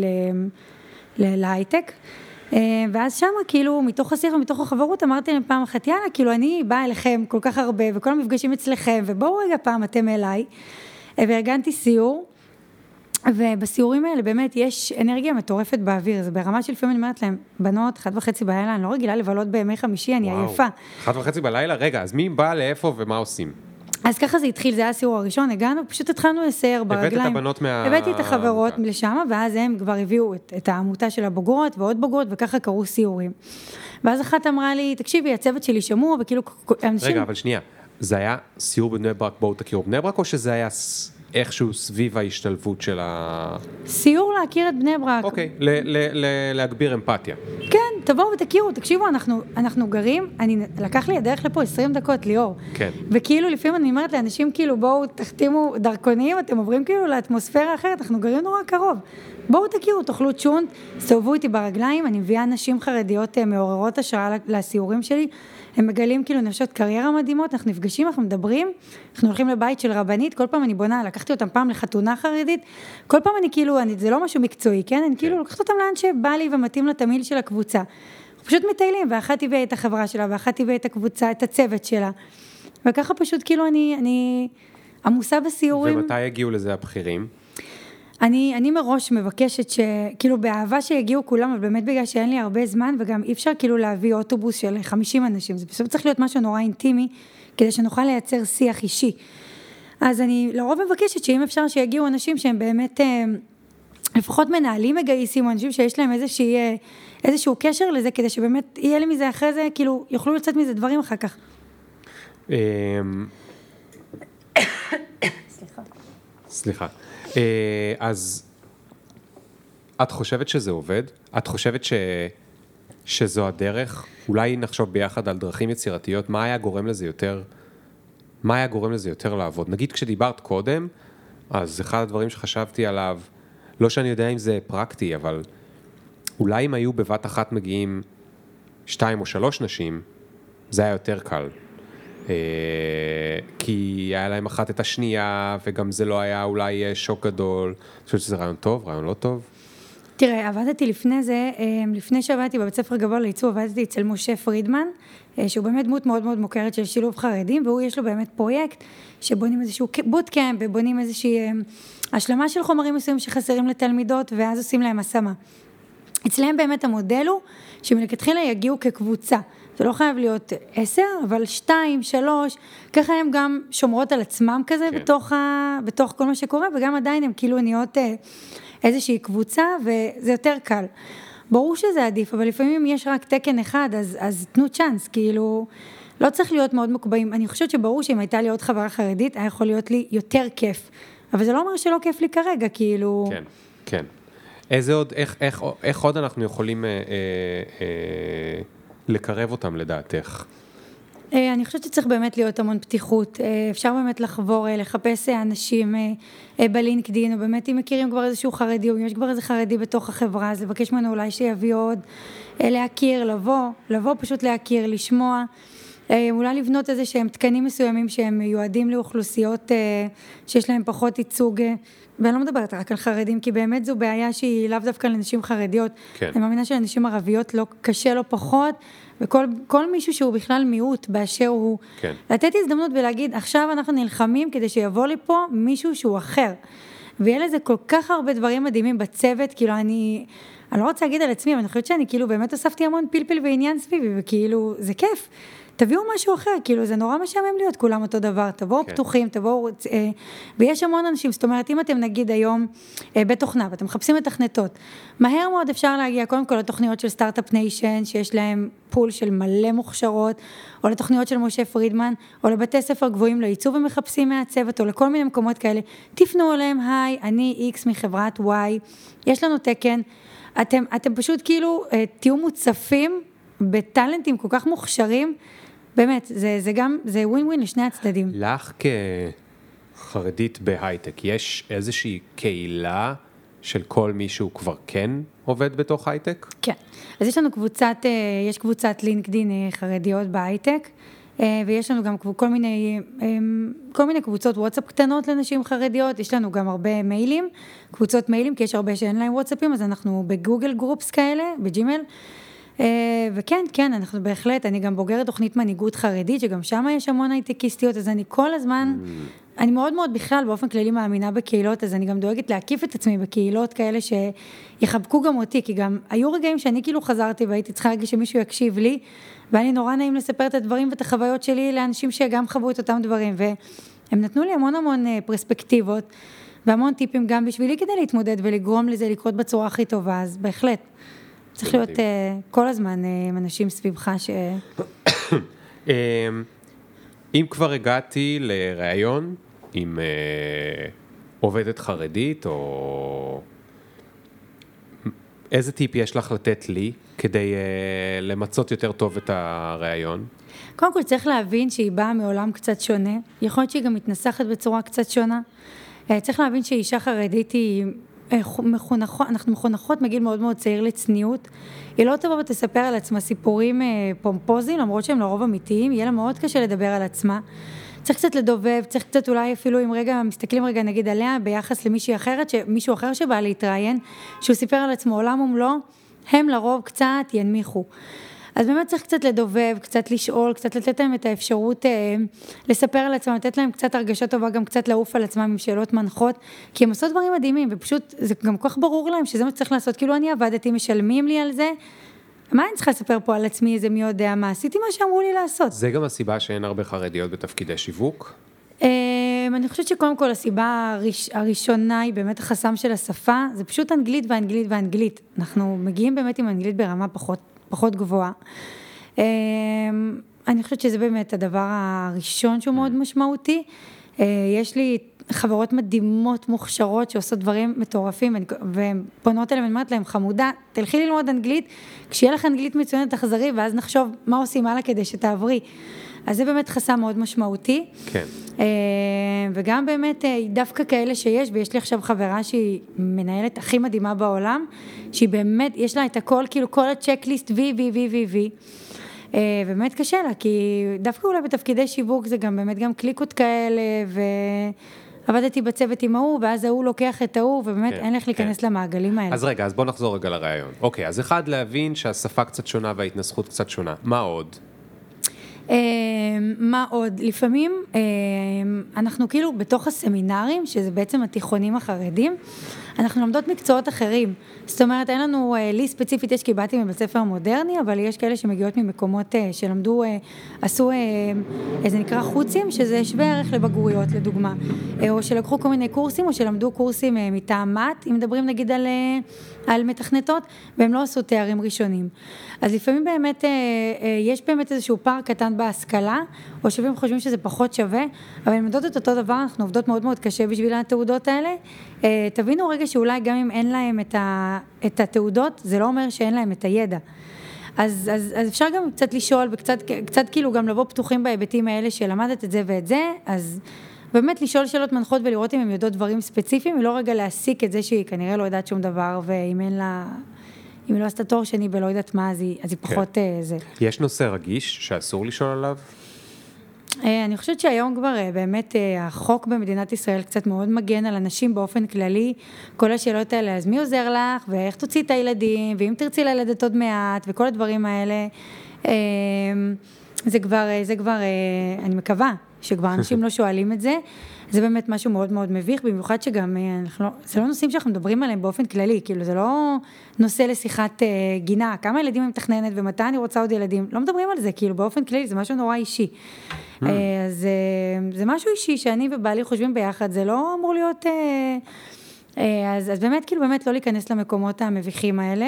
להייטק. ואז שם כאילו מתוך השיח ומתוך החברות אמרתי להם פעם אחת, יאללה, כאילו אני באה אליכם כל כך הרבה וכל המפגשים אצלכם, ובואו רגע פעם אתם אליי, וארגנתי סיור, ובסיורים האלה באמת יש אנרגיה מטורפת באוויר, זה ברמה שלפעמים אני אומרת להם, בנות, אחת וחצי בלילה, אני לא רגילה לבלות בימי חמישי, אני עייפה. אחת וחצי בלילה? רגע, אז מי בא לאיפה ומה עושים? אז ככה זה התחיל, זה היה הסיור הראשון, הגענו, פשוט התחלנו לסייר ברגליים. הבאת את הבנות מה... הבאתי את החברות לשם, ואז הם כבר הביאו את, את העמותה של הבוגרות ועוד בוגרות, וככה קראו סיורים. ואז אחת אמרה לי, תקשיבי, הצוות שלי שמור, וכאילו אנשים... רגע, אבל שנייה, זה היה סיור בבני ברק, בואו תכירו בני ברק, או שזה היה איכשהו סביב ההשתלבות של ה... סיור להכיר את בני ברק. אוקיי, ל- ל- ל- להגביר אמפתיה. כן, תבואו ותכירו, תקשיבו, אנחנו, אנחנו גרים, אני, לקח לי הדרך לפה עשרים דקות, ליאור. כן. וכאילו, לפעמים אני אומרת לאנשים, כאילו, בואו תחתימו דרכונים, אתם עוברים כאילו לאטמוספירה אחרת, אנחנו גרים נורא קרוב. בואו תכירו, תאכלו צ'ונט, סתובבו איתי ברגליים, אני מביאה נשים חרדיות מעוררות השראה לסיורים שלי, הם מגלים כאילו נפשות קריירה מדהימות, אנחנו נפגשים, אנחנו מדברים, אנחנו הולכים לבית של רבנית, כל פעם אני בונה, לקחתי אותם פעם לחתונה חרדית, כל פעם אני כאילו, אני, זה לא משהו מקצועי, כן? אני כאילו לקחת אותם לאן שבא לי ומתאים לתמיל של הקבוצה. אנחנו פשוט מטיילים, ואחת הביאה את החברה שלה, ואחת הביאה את הקבוצה, את הצוות שלה. וככה פשוט כאילו אני, אני עמוסה בסיורים. ומתי הגיעו לזה הבכירים? אני, אני מראש מבקשת שכאילו באהבה שיגיעו כולם, אבל באמת בגלל שאין לי הרבה זמן, וגם אי אפשר כאילו להביא אוטובוס של חמישים אנשים, זה בסוף צריך להיות משהו נורא אינטימי, כדי שנוכל לייצר שיח אישי. אז אני לרוב מבקשת שאם אפשר שיגיעו אנשים שהם באמת, לפחות מנהלים מגייסים, או אנשים שיש להם איזושהי, איזשהו קשר לזה, כדי שבאמת יהיה לי מזה אחרי זה, כאילו יוכלו לצאת מזה דברים אחר כך. סליחה. סליחה. אז את חושבת שזה עובד? את חושבת ש... שזו הדרך? אולי נחשוב ביחד על דרכים יצירתיות, מה היה גורם לזה יותר, מה היה גורם לזה יותר לעבוד? נגיד כשדיברת קודם, אז אחד הדברים שחשבתי עליו, לא שאני יודע אם זה פרקטי, אבל אולי אם היו בבת אחת מגיעים שתיים או שלוש נשים, זה היה יותר קל. כי היה להם אחת את השנייה, וגם זה לא היה אולי שוק גדול. אני חושבת שזה רעיון טוב, רעיון לא טוב. תראה, עבדתי לפני זה, לפני שעבדתי בבית ספר גבוה לעיצוב, עבדתי אצל משה פרידמן, שהוא באמת דמות מאוד מאוד מוכרת של שילוב חרדים, והוא יש לו באמת פרויקט, שבונים איזשהו בוטקאמפ, ובונים איזושהי השלמה של חומרים מסוימים שחסרים לתלמידות, ואז עושים להם השמה. אצלם באמת המודל הוא, שמלכתחילה יגיעו כקבוצה. זה לא חייב להיות עשר, אבל שתיים, שלוש, ככה הם גם שומרות על עצמם כזה, כן. בתוך, ה, בתוך כל מה שקורה, וגם עדיין הם כאילו נהיות איזושהי קבוצה, וזה יותר קל. ברור שזה עדיף, אבל לפעמים יש רק תקן אחד, אז, אז תנו צ'אנס, כאילו, לא צריך להיות מאוד מוקבעים. אני חושבת שברור שאם הייתה לי עוד חברה חרדית, היה יכול להיות לי יותר כיף. אבל זה לא אומר שלא כיף לי כרגע, כאילו... כן, כן. איזה עוד, איך, איך, איך עוד אנחנו יכולים... אה, אה, אה... לקרב אותם לדעתך? אני חושבת שצריך באמת להיות המון פתיחות, אפשר באמת לחבור, לחפש אנשים בלינקדין, או באמת אם מכירים כבר איזשהו חרדי, או אם יש כבר איזה חרדי בתוך החברה, אז לבקש ממנו אולי שיביא עוד, להכיר, לבוא, לבוא פשוט להכיר, לשמוע, אולי לבנות איזה שהם תקנים מסוימים שהם מיועדים לאוכלוסיות שיש להם פחות ייצוג, ואני לא מדברת רק על חרדים, כי באמת זו בעיה שהיא לאו דווקא לנשים חרדיות. כן. אני מאמינה שלנשים ערביות לא קשה, לא פחות, וכל כל מישהו שהוא בכלל מיעוט באשר הוא. כן. לתת הזדמנות ולהגיד, עכשיו אנחנו נלחמים כדי שיבוא לי פה מישהו שהוא אחר. ויהיה לזה כל כך הרבה דברים מדהימים בצוות, כאילו אני, אני לא רוצה להגיד על עצמי, אבל אני חושבת שאני כאילו באמת אוספתי המון פלפל ועניין סביבי, וכאילו זה כיף. תביאו משהו אחר, כאילו זה נורא משעמם להיות כולם אותו דבר, תבואו כן. פתוחים, תבואו, אה, ויש המון אנשים, זאת אומרת, אם אתם נגיד היום אה, בתוכנה, ואתם מחפשים מתכנתות, מהר מאוד אפשר להגיע קודם כל לתוכניות של סטארט-אפ ניישן, שיש להם פול של מלא מוכשרות, או לתוכניות של משה פרידמן, או לבתי ספר גבוהים לעיצוב ומחפשים מהצוות, או לכל מיני מקומות כאלה, תפנו אליהם, היי, אני איקס מחברת וואי, יש לנו תקן, אתם, אתם פשוט כאילו אה, תהיו מוצפים בטלנטים כל כך מוכשרים, באמת, זה, זה גם, זה ווין ווין לשני הצדדים. לך כחרדית בהייטק, יש איזושהי קהילה של כל מישהו כבר כן עובד בתוך הייטק? כן. אז יש לנו קבוצת, יש קבוצת לינקדין חרדיות בהייטק, ויש לנו גם כל מיני, כל מיני קבוצות וואטסאפ קטנות לנשים חרדיות, יש לנו גם הרבה מיילים, קבוצות מיילים, כי יש הרבה שאין להם וואטסאפים, אז אנחנו בגוגל גרופס כאלה, בג'ימל, וכן, כן, אנחנו בהחלט, אני גם בוגרת תוכנית מנהיגות חרדית, שגם שם יש המון הייטקיסטיות, אז אני כל הזמן, אני מאוד מאוד בכלל, באופן כללי מאמינה בקהילות, אז אני גם דואגת להקיף את עצמי בקהילות כאלה שיחבקו גם אותי, כי גם היו רגעים שאני כאילו חזרתי והייתי צריכה להגיד שמישהו יקשיב לי, והיה לי נורא נעים לספר את הדברים ואת החוויות שלי לאנשים שגם חוו את אותם דברים, והם נתנו לי המון המון פרספקטיבות, והמון טיפים גם בשבילי כדי להתמודד ולגרום לזה לקרות בצורה הכי טובה, אז בהחלט. צריך להיות כל הזמן אנשים סביבך ש... אם כבר הגעתי לראיון עם עובדת חרדית, או איזה טיפ יש לך לתת לי כדי uh, למצות יותר טוב את הרעיון? קודם כל צריך להבין שהיא באה מעולם קצת שונה, יכול להיות שהיא גם מתנסחת בצורה קצת שונה, צריך להבין שאישה חרדית היא מחונכות, אנחנו מחונכות מגיל מאוד מאוד צעיר לצניעות, היא לא תבוא ותספר על עצמה סיפורים פומפוזיים, למרות שהם לרוב אמיתיים, יהיה לה מאוד קשה לדבר על עצמה, צריך קצת לדובב, צריך קצת אולי אפילו אם רגע, מסתכלים רגע נגיד עליה ביחס למישהי אחרת, מישהו אחר שבא להתראיין, שהוא סיפר על עצמו עולם ומלוא, הם לרוב קצת ינמיכו. אז באמת צריך קצת לדובב, קצת לשאול, קצת לתת להם את האפשרות אה, לספר על עצמם, לתת להם קצת הרגשה טובה, גם קצת לעוף על עצמם עם שאלות מנחות, כי הם עושות דברים מדהימים, ופשוט זה גם כל כך ברור להם שזה מה שצריך לעשות, כאילו אני עבדתי, משלמים לי על זה, מה אני צריכה לספר פה על עצמי, איזה מי יודע מה, עשיתי מה שאמרו לי לעשות. זה גם הסיבה שאין הרבה חרדיות בתפקידי שיווק? אני חושבת שקודם כל הסיבה הראשונה היא באמת החסם של השפה, זה פשוט אנגלית ואנגלית ואנגלית. אנחנו מגיעים באמת עם אנגלית ברמה פחות, פחות גבוהה. אני חושבת שזה באמת הדבר הראשון שהוא מאוד משמעותי. יש לי חברות מדהימות, מוכשרות, שעושות דברים מטורפים, והן פונות אליהם, אני אומרת להם, חמודה, תלכי ללמוד אנגלית, כשיהיה לך אנגלית מצוינת תחזרי, ואז נחשוב מה עושים הלאה כדי שתעברי. אז זה באמת חסם מאוד משמעותי. כן. וגם באמת דווקא כאלה שיש, ויש לי עכשיו חברה שהיא מנהלת הכי מדהימה בעולם, שהיא באמת, יש לה את הכל, כאילו כל הצ'קליסט וי, וי, וי, וי, וי. ובאמת קשה לה, כי דווקא אולי בתפקידי שיווק זה גם באמת גם קליקות כאלה, ועבדתי בצוות עם ההוא, ואז ההוא לוקח את ההוא, ובאמת כן, אין לך להיכנס כן. למעגלים האלה. אז רגע, אז בוא נחזור רגע לרעיון. אוקיי, אז אחד להבין שהשפה קצת שונה וההתנסחות קצת שונה. מה עוד? מה עוד? לפעמים אנחנו כאילו בתוך הסמינרים, שזה בעצם התיכונים החרדים, אנחנו לומדות מקצועות אחרים. זאת אומרת, אין לנו, לי ספציפית יש כי באתי מבית ספר מודרני, אבל יש כאלה שמגיעות ממקומות שלמדו, עשו, זה נקרא חוצים, שזה שווה ערך לבגרויות, לדוגמה. או שלקחו כל מיני קורסים, או שלמדו קורסים מטעם מת, אם מדברים נגיד על, על מתכנתות, והם לא עשו תארים ראשונים. אז לפעמים באמת, יש באמת איזשהו פער קטן בהשכלה, או שווים חושבים שזה פחות שווה, אבל אם עובדות את אותו דבר, אנחנו עובדות מאוד מאוד קשה בשביל התעודות האלה. תבינו רגע שאולי גם אם אין להם את, ה, את התעודות, זה לא אומר שאין להם את הידע. אז, אז, אז אפשר גם קצת לשאול, וקצת, קצת כאילו גם לבוא פתוחים בהיבטים האלה שלמדת את זה ואת זה, אז באמת לשאול שאלות מנחות ולראות אם הם יודעות דברים ספציפיים, ולא רגע להסיק את זה שהיא כנראה לא יודעת שום דבר, ואם אין לה, אם היא לא עשתה תואר שני ולא יודעת מה, אז היא, אז היא פחות כן. זה. יש נושא רגיש שאסור לשאול עליו? אני חושבת שהיום כבר באמת החוק במדינת ישראל קצת מאוד מגן על אנשים באופן כללי, כל השאלות האלה, אז מי עוזר לך, ואיך תוציא את הילדים, ואם תרצי ללדת עוד מעט, וכל הדברים האלה, זה כבר, זה כבר, אני מקווה שכבר אנשים לא שואלים את זה, זה באמת משהו מאוד מאוד מביך, במיוחד שגם, אנחנו, זה לא נושאים שאנחנו מדברים עליהם באופן כללי, כאילו זה לא נושא לשיחת גינה, כמה ילדים אני מתכננת ומתי אני רוצה עוד ילדים, לא מדברים על זה, כאילו באופן כללי זה משהו נורא אישי. אז זה משהו אישי שאני ובעלי חושבים ביחד, זה לא אמור להיות, אז, אז באמת כאילו באמת לא להיכנס למקומות המביכים האלה.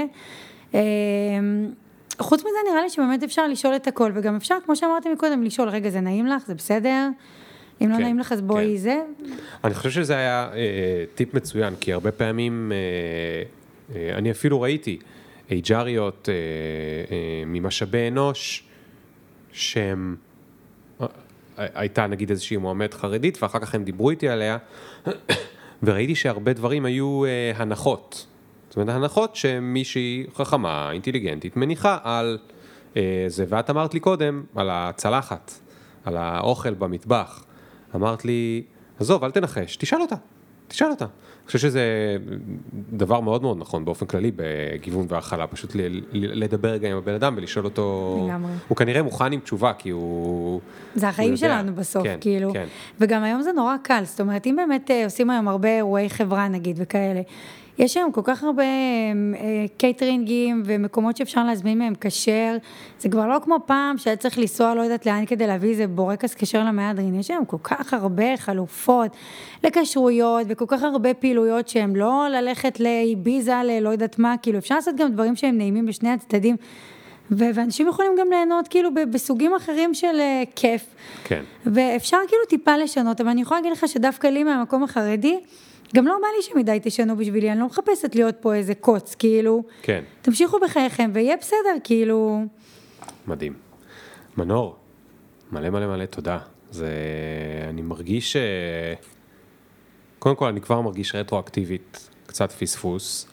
חוץ מזה נראה לי שבאמת אפשר לשאול את הכל, וגם אפשר, כמו שאמרתי מקודם, לשאול, רגע, זה נעים לך, זה בסדר? אם לא נעים לך, אז בואי זה. אני חושב שזה היה טיפ מצוין, כי הרבה פעמים, אני אפילו ראיתי, אייג'ריות ממשאבי אנוש, שהם, הייתה נגיד איזושהי מועמדת חרדית, ואחר כך הם דיברו איתי עליה, וראיתי שהרבה דברים היו הנחות. זאת אומרת, הנחות שמישהי חכמה, אינטליגנטית, מניחה על זה, ואת אמרת לי קודם, על הצלחת, על האוכל במטבח. אמרת לי, עזוב, אל תנחש, תשאל אותה, תשאל אותה. אני חושב שזה דבר מאוד מאוד נכון, באופן כללי, בגיוון והאכלה, פשוט לדבר רגע עם הבן אדם ולשאול אותו, לגמרי. הוא כנראה מוכן עם תשובה, כי הוא... זה החיים הוא שלנו בסוף, כן, כאילו. כן. וגם היום זה נורא קל, זאת אומרת, אם באמת עושים היום הרבה אירועי חברה, נגיד, וכאלה, יש היום כל כך הרבה קייטרינגים ומקומות שאפשר להזמין מהם כשר, זה כבר לא כמו פעם שהיה צריך לנסוע, לא יודעת לאן כדי להביא איזה בורקס כשר למהדרין, יש היום כל כך הרבה חלופות לכשרויות וכל כך הרבה פעילויות שהם לא ללכת לאיביזה, ללא יודעת מה, כאילו אפשר לעשות גם דברים שהם נעימים בשני הצדדים, ואנשים יכולים גם ליהנות כאילו בסוגים אחרים של כיף, כן. ואפשר כאילו טיפה לשנות, אבל אני יכולה להגיד לך שדווקא לי מהמקום החרדי, גם לא בא לי שמדי תשנו בשבילי, אני לא מחפשת להיות פה איזה קוץ, כאילו, כן. תמשיכו בחייכם, ויהיה בסדר, כאילו. מדהים. מנור, מלא מלא מלא תודה. זה, אני מרגיש, קודם כל אני כבר מרגיש רטרואקטיבית, קצת פספוס,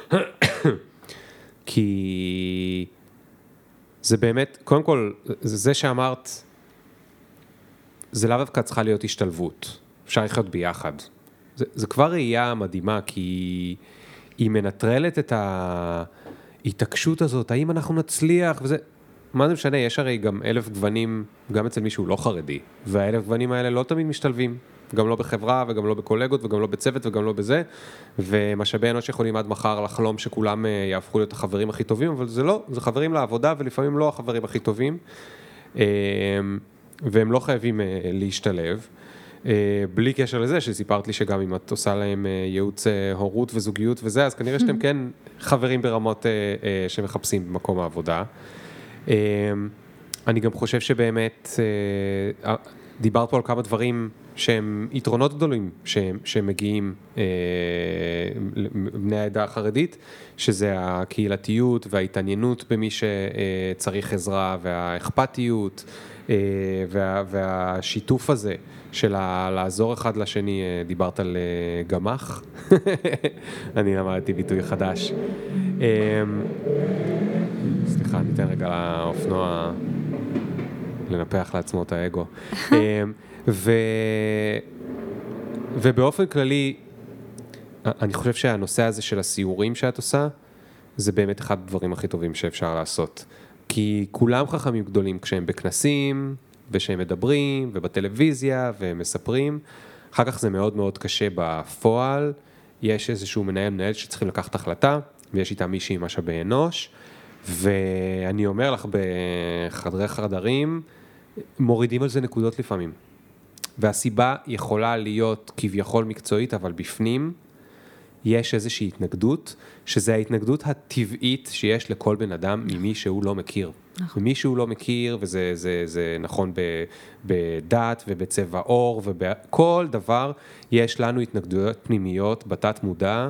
כי זה באמת, קודם כל, זה שאמרת, זה לאו דווקא צריכה להיות השתלבות, אפשר לחיות ביחד. זה, זה כבר ראייה מדהימה, כי היא מנטרלת את ההתעקשות הזאת, האם אנחנו נצליח, וזה, מה זה משנה, יש הרי גם אלף גוונים, גם אצל מישהו לא חרדי, והאלף גוונים האלה לא תמיד משתלבים, גם לא בחברה, וגם לא בקולגות, וגם לא בצוות, וגם לא בזה, ומשאבי אנוש יכולים עד מחר לחלום שכולם יהפכו להיות החברים הכי טובים, אבל זה לא, זה חברים לעבודה, ולפעמים לא החברים הכי טובים, והם לא חייבים להשתלב, בלי קשר לזה, שסיפרת לי שגם אם את עושה להם ייעוץ הורות וזוגיות וזה, אז כנראה שאתם כן חברים ברמות שמחפשים במקום העבודה. אני גם חושב שבאמת, דיברת פה על כמה דברים שהם יתרונות גדולים שהם מגיעים בני העדה החרדית, שזה הקהילתיות וההתעניינות במי שצריך עזרה והאכפתיות וה, והשיתוף הזה של לעזור אחד לשני. דיברת על גמח, אני למדתי ביטוי חדש. סליחה, ניתן רגע לאופנוע לנפח לעצמו את האגו. ו... ובאופן כללי, אני חושב שהנושא הזה של הסיורים שאת עושה, זה באמת אחד הדברים הכי טובים שאפשר לעשות. כי כולם חכמים גדולים כשהם בכנסים, ושהם מדברים, ובטלוויזיה, והם מספרים. אחר כך זה מאוד מאוד קשה בפועל. יש איזשהו מנהל מנהל שצריכים לקחת החלטה, ויש איתה מישהי עם משאבי אנוש, ואני אומר לך, בחדרי חדרים, מורידים על זה נקודות לפעמים. והסיבה יכולה להיות כביכול מקצועית, אבל בפנים יש איזושהי התנגדות, שזה ההתנגדות הטבעית שיש לכל בן אדם ממי שהוא לא מכיר. נכון. ממי שהוא לא מכיר, וזה זה, זה נכון בדת ובצבע עור, ובכל דבר יש לנו התנגדויות פנימיות בתת מודע.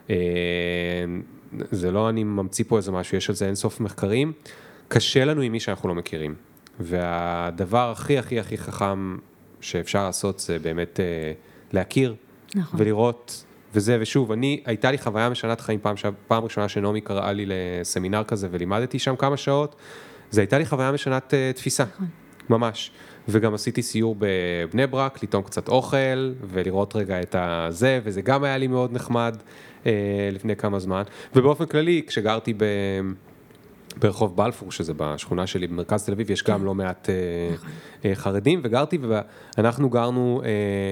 זה לא אני ממציא פה איזה משהו, יש על זה אינסוף מחקרים. קשה לנו עם מי שאנחנו לא מכירים. והדבר הכי הכי הכי חכם שאפשר לעשות זה באמת אה, להכיר, נכון. ולראות, וזה, ושוב, אני, הייתה לי חוויה משנת חיים, פעם, פעם ראשונה שנעמי קראה לי לסמינר כזה, ולימדתי שם כמה שעות, זה הייתה לי חוויה משנת אה, תפיסה, נכון. ממש, וגם עשיתי סיור בבני ברק, לטעום קצת אוכל, ולראות רגע את הזה, וזה גם היה לי מאוד נחמד אה, לפני כמה זמן, ובאופן כללי, כשגרתי ב... ברחוב בלפור, שזה בשכונה שלי במרכז תל אביב, יש גם לא מעט חרדים, וגרתי, ואנחנו גרנו,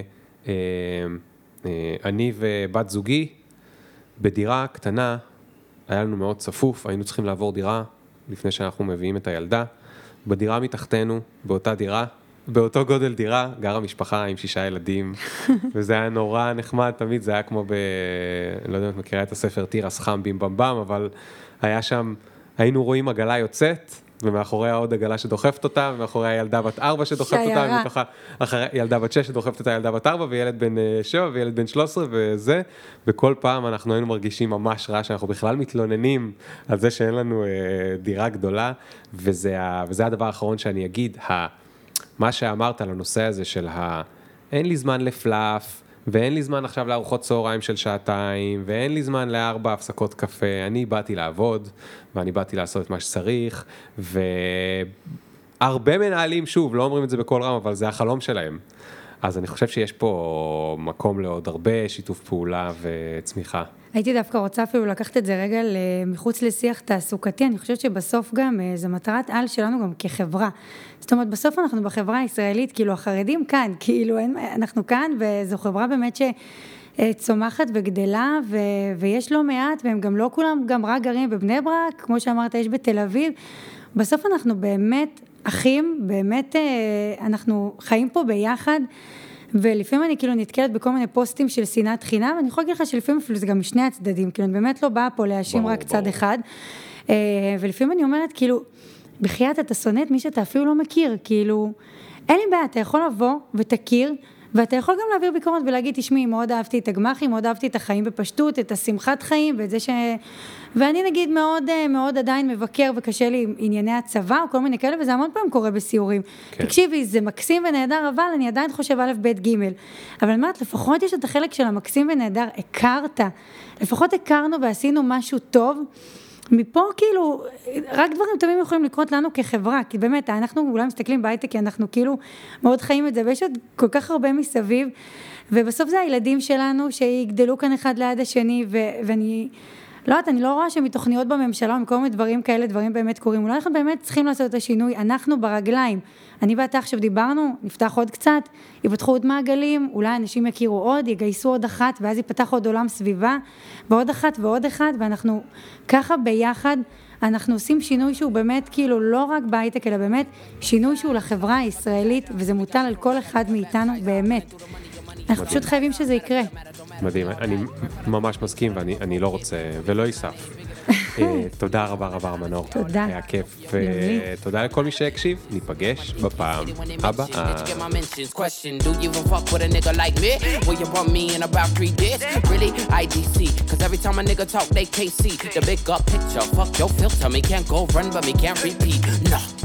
אני ובת זוגי, בדירה קטנה, היה לנו מאוד צפוף, היינו צריכים לעבור דירה, לפני שאנחנו מביאים את הילדה, בדירה מתחתנו, באותה דירה, באותו גודל דירה, גרה משפחה עם שישה ילדים, וזה היה נורא נחמד, תמיד זה היה כמו ב... לא יודע אם את מכירה את הספר תירס חם בים במבם, אבל היה שם... היינו רואים עגלה יוצאת, ומאחוריה עוד עגלה שדוחפת אותה, ומאחוריה ילדה בת ארבע שדוחפת אותה, ומתוכה ילדה בת שש שדוחפת אותה ילדה בת ארבע, וילד בן שבע, וילד בן שלוש עשרה, וזה, וכל פעם אנחנו היינו מרגישים ממש רע, שאנחנו בכלל מתלוננים על זה שאין לנו אה, דירה גדולה, וזה, וזה הדבר האחרון שאני אגיד, ה, מה שאמרת על הנושא הזה של ה, אין לי זמן לפלאף, ואין לי זמן עכשיו לארוחות צהריים של שעתיים, ואין לי זמן לארבע הפסקות קפה, אני באתי לעבוד, ואני באתי לעשות את מה שצריך, והרבה מנהלים, שוב, לא אומרים את זה בכל רם, אבל זה החלום שלהם. אז אני חושב שיש פה מקום לעוד הרבה שיתוף פעולה וצמיחה. הייתי דווקא רוצה אפילו לקחת את זה רגע מחוץ לשיח תעסוקתי, אני חושבת שבסוף גם זה מטרת על שלנו גם כחברה. זאת אומרת, בסוף אנחנו בחברה הישראלית, כאילו החרדים כאן, כאילו אנחנו כאן, וזו חברה באמת שצומחת וגדלה, ו- ויש לא מעט, והם גם לא כולם גם רק גרים בבני ברק, כמו שאמרת, יש בתל אביב. בסוף אנחנו באמת אחים, באמת אנחנו חיים פה ביחד, ולפעמים אני כאילו נתקלת בכל מיני פוסטים של שנאת חינם, ואני יכולה להגיד לך שלפעמים אפילו זה גם משני הצדדים, כאילו אני באמת לא באה פה להאשים רק צד אחד, ולפעמים אני אומרת כאילו, בחייאת אתה שונא את מי שאתה אפילו לא מכיר, כאילו, אין לי בעיה, אתה יכול לבוא ותכיר, ואתה יכול גם להעביר ביקורת ולהגיד, תשמעי, מאוד אהבתי את הגמחים, מאוד אהבתי את החיים בפשטות, את השמחת חיים, ואת זה ש... ואני נגיד מאוד, מאוד עדיין מבקר וקשה לי עם ענייני הצבא, או כל מיני כאלה, וזה המון פעם קורה בסיורים. כן. תקשיבי, זה מקסים ונהדר, אבל אני עדיין חושב א', ב', ג'. אבל אני אומרת, לפחות יש את החלק של המקסים ונהדר, הכרת. לפחות הכרנו ועשינו משהו טוב, מפה כאילו, רק דברים טובים יכולים לקרות לנו כחברה, כי באמת, אנחנו אולי מסתכלים בהייטק, כי אנחנו כאילו מאוד חיים את זה, ויש עוד כל כך הרבה מסביב, ובסוף זה הילדים שלנו, שיגדלו כאן אחד ליד השני, ו- ואני, לא יודעת, אני לא רואה שמתוכניות בממשלה, או מכל מיני דברים כאלה, דברים באמת קורים, אולי אנחנו באמת צריכים לעשות את השינוי, אנחנו ברגליים, אני ואתה עכשיו דיברנו, נפתח עוד קצת, יפתחו עוד מעגלים, אולי אנשים יכירו עוד, יגייסו עוד אחת, ואז ייפתח עוד עולם סביבה, ועוד אחת ועוד אחת, ואנחנו ככה ביחד, אנחנו עושים שינוי שהוא באמת כאילו לא רק בהייטק, אלא באמת שינוי שהוא לחברה הישראלית, וזה מוטל על כל אחד מאיתנו באמת. אנחנו פשוט חייבים שזה יקרה. מדהים, אני ממש מסכים ואני אני לא רוצה ולא אסף. תודה רבה רבה מנור. תודה. היה כיף. תודה לכל מי שהקשיב. ניפגש בפעם הבאה. Do you even fuck with a nigga like me? Will you want me in about three days? Really? I D C. Cause every time a nigga talk, they can't see the big up picture. Fuck your filter, me can't go run, but me can't repeat. No.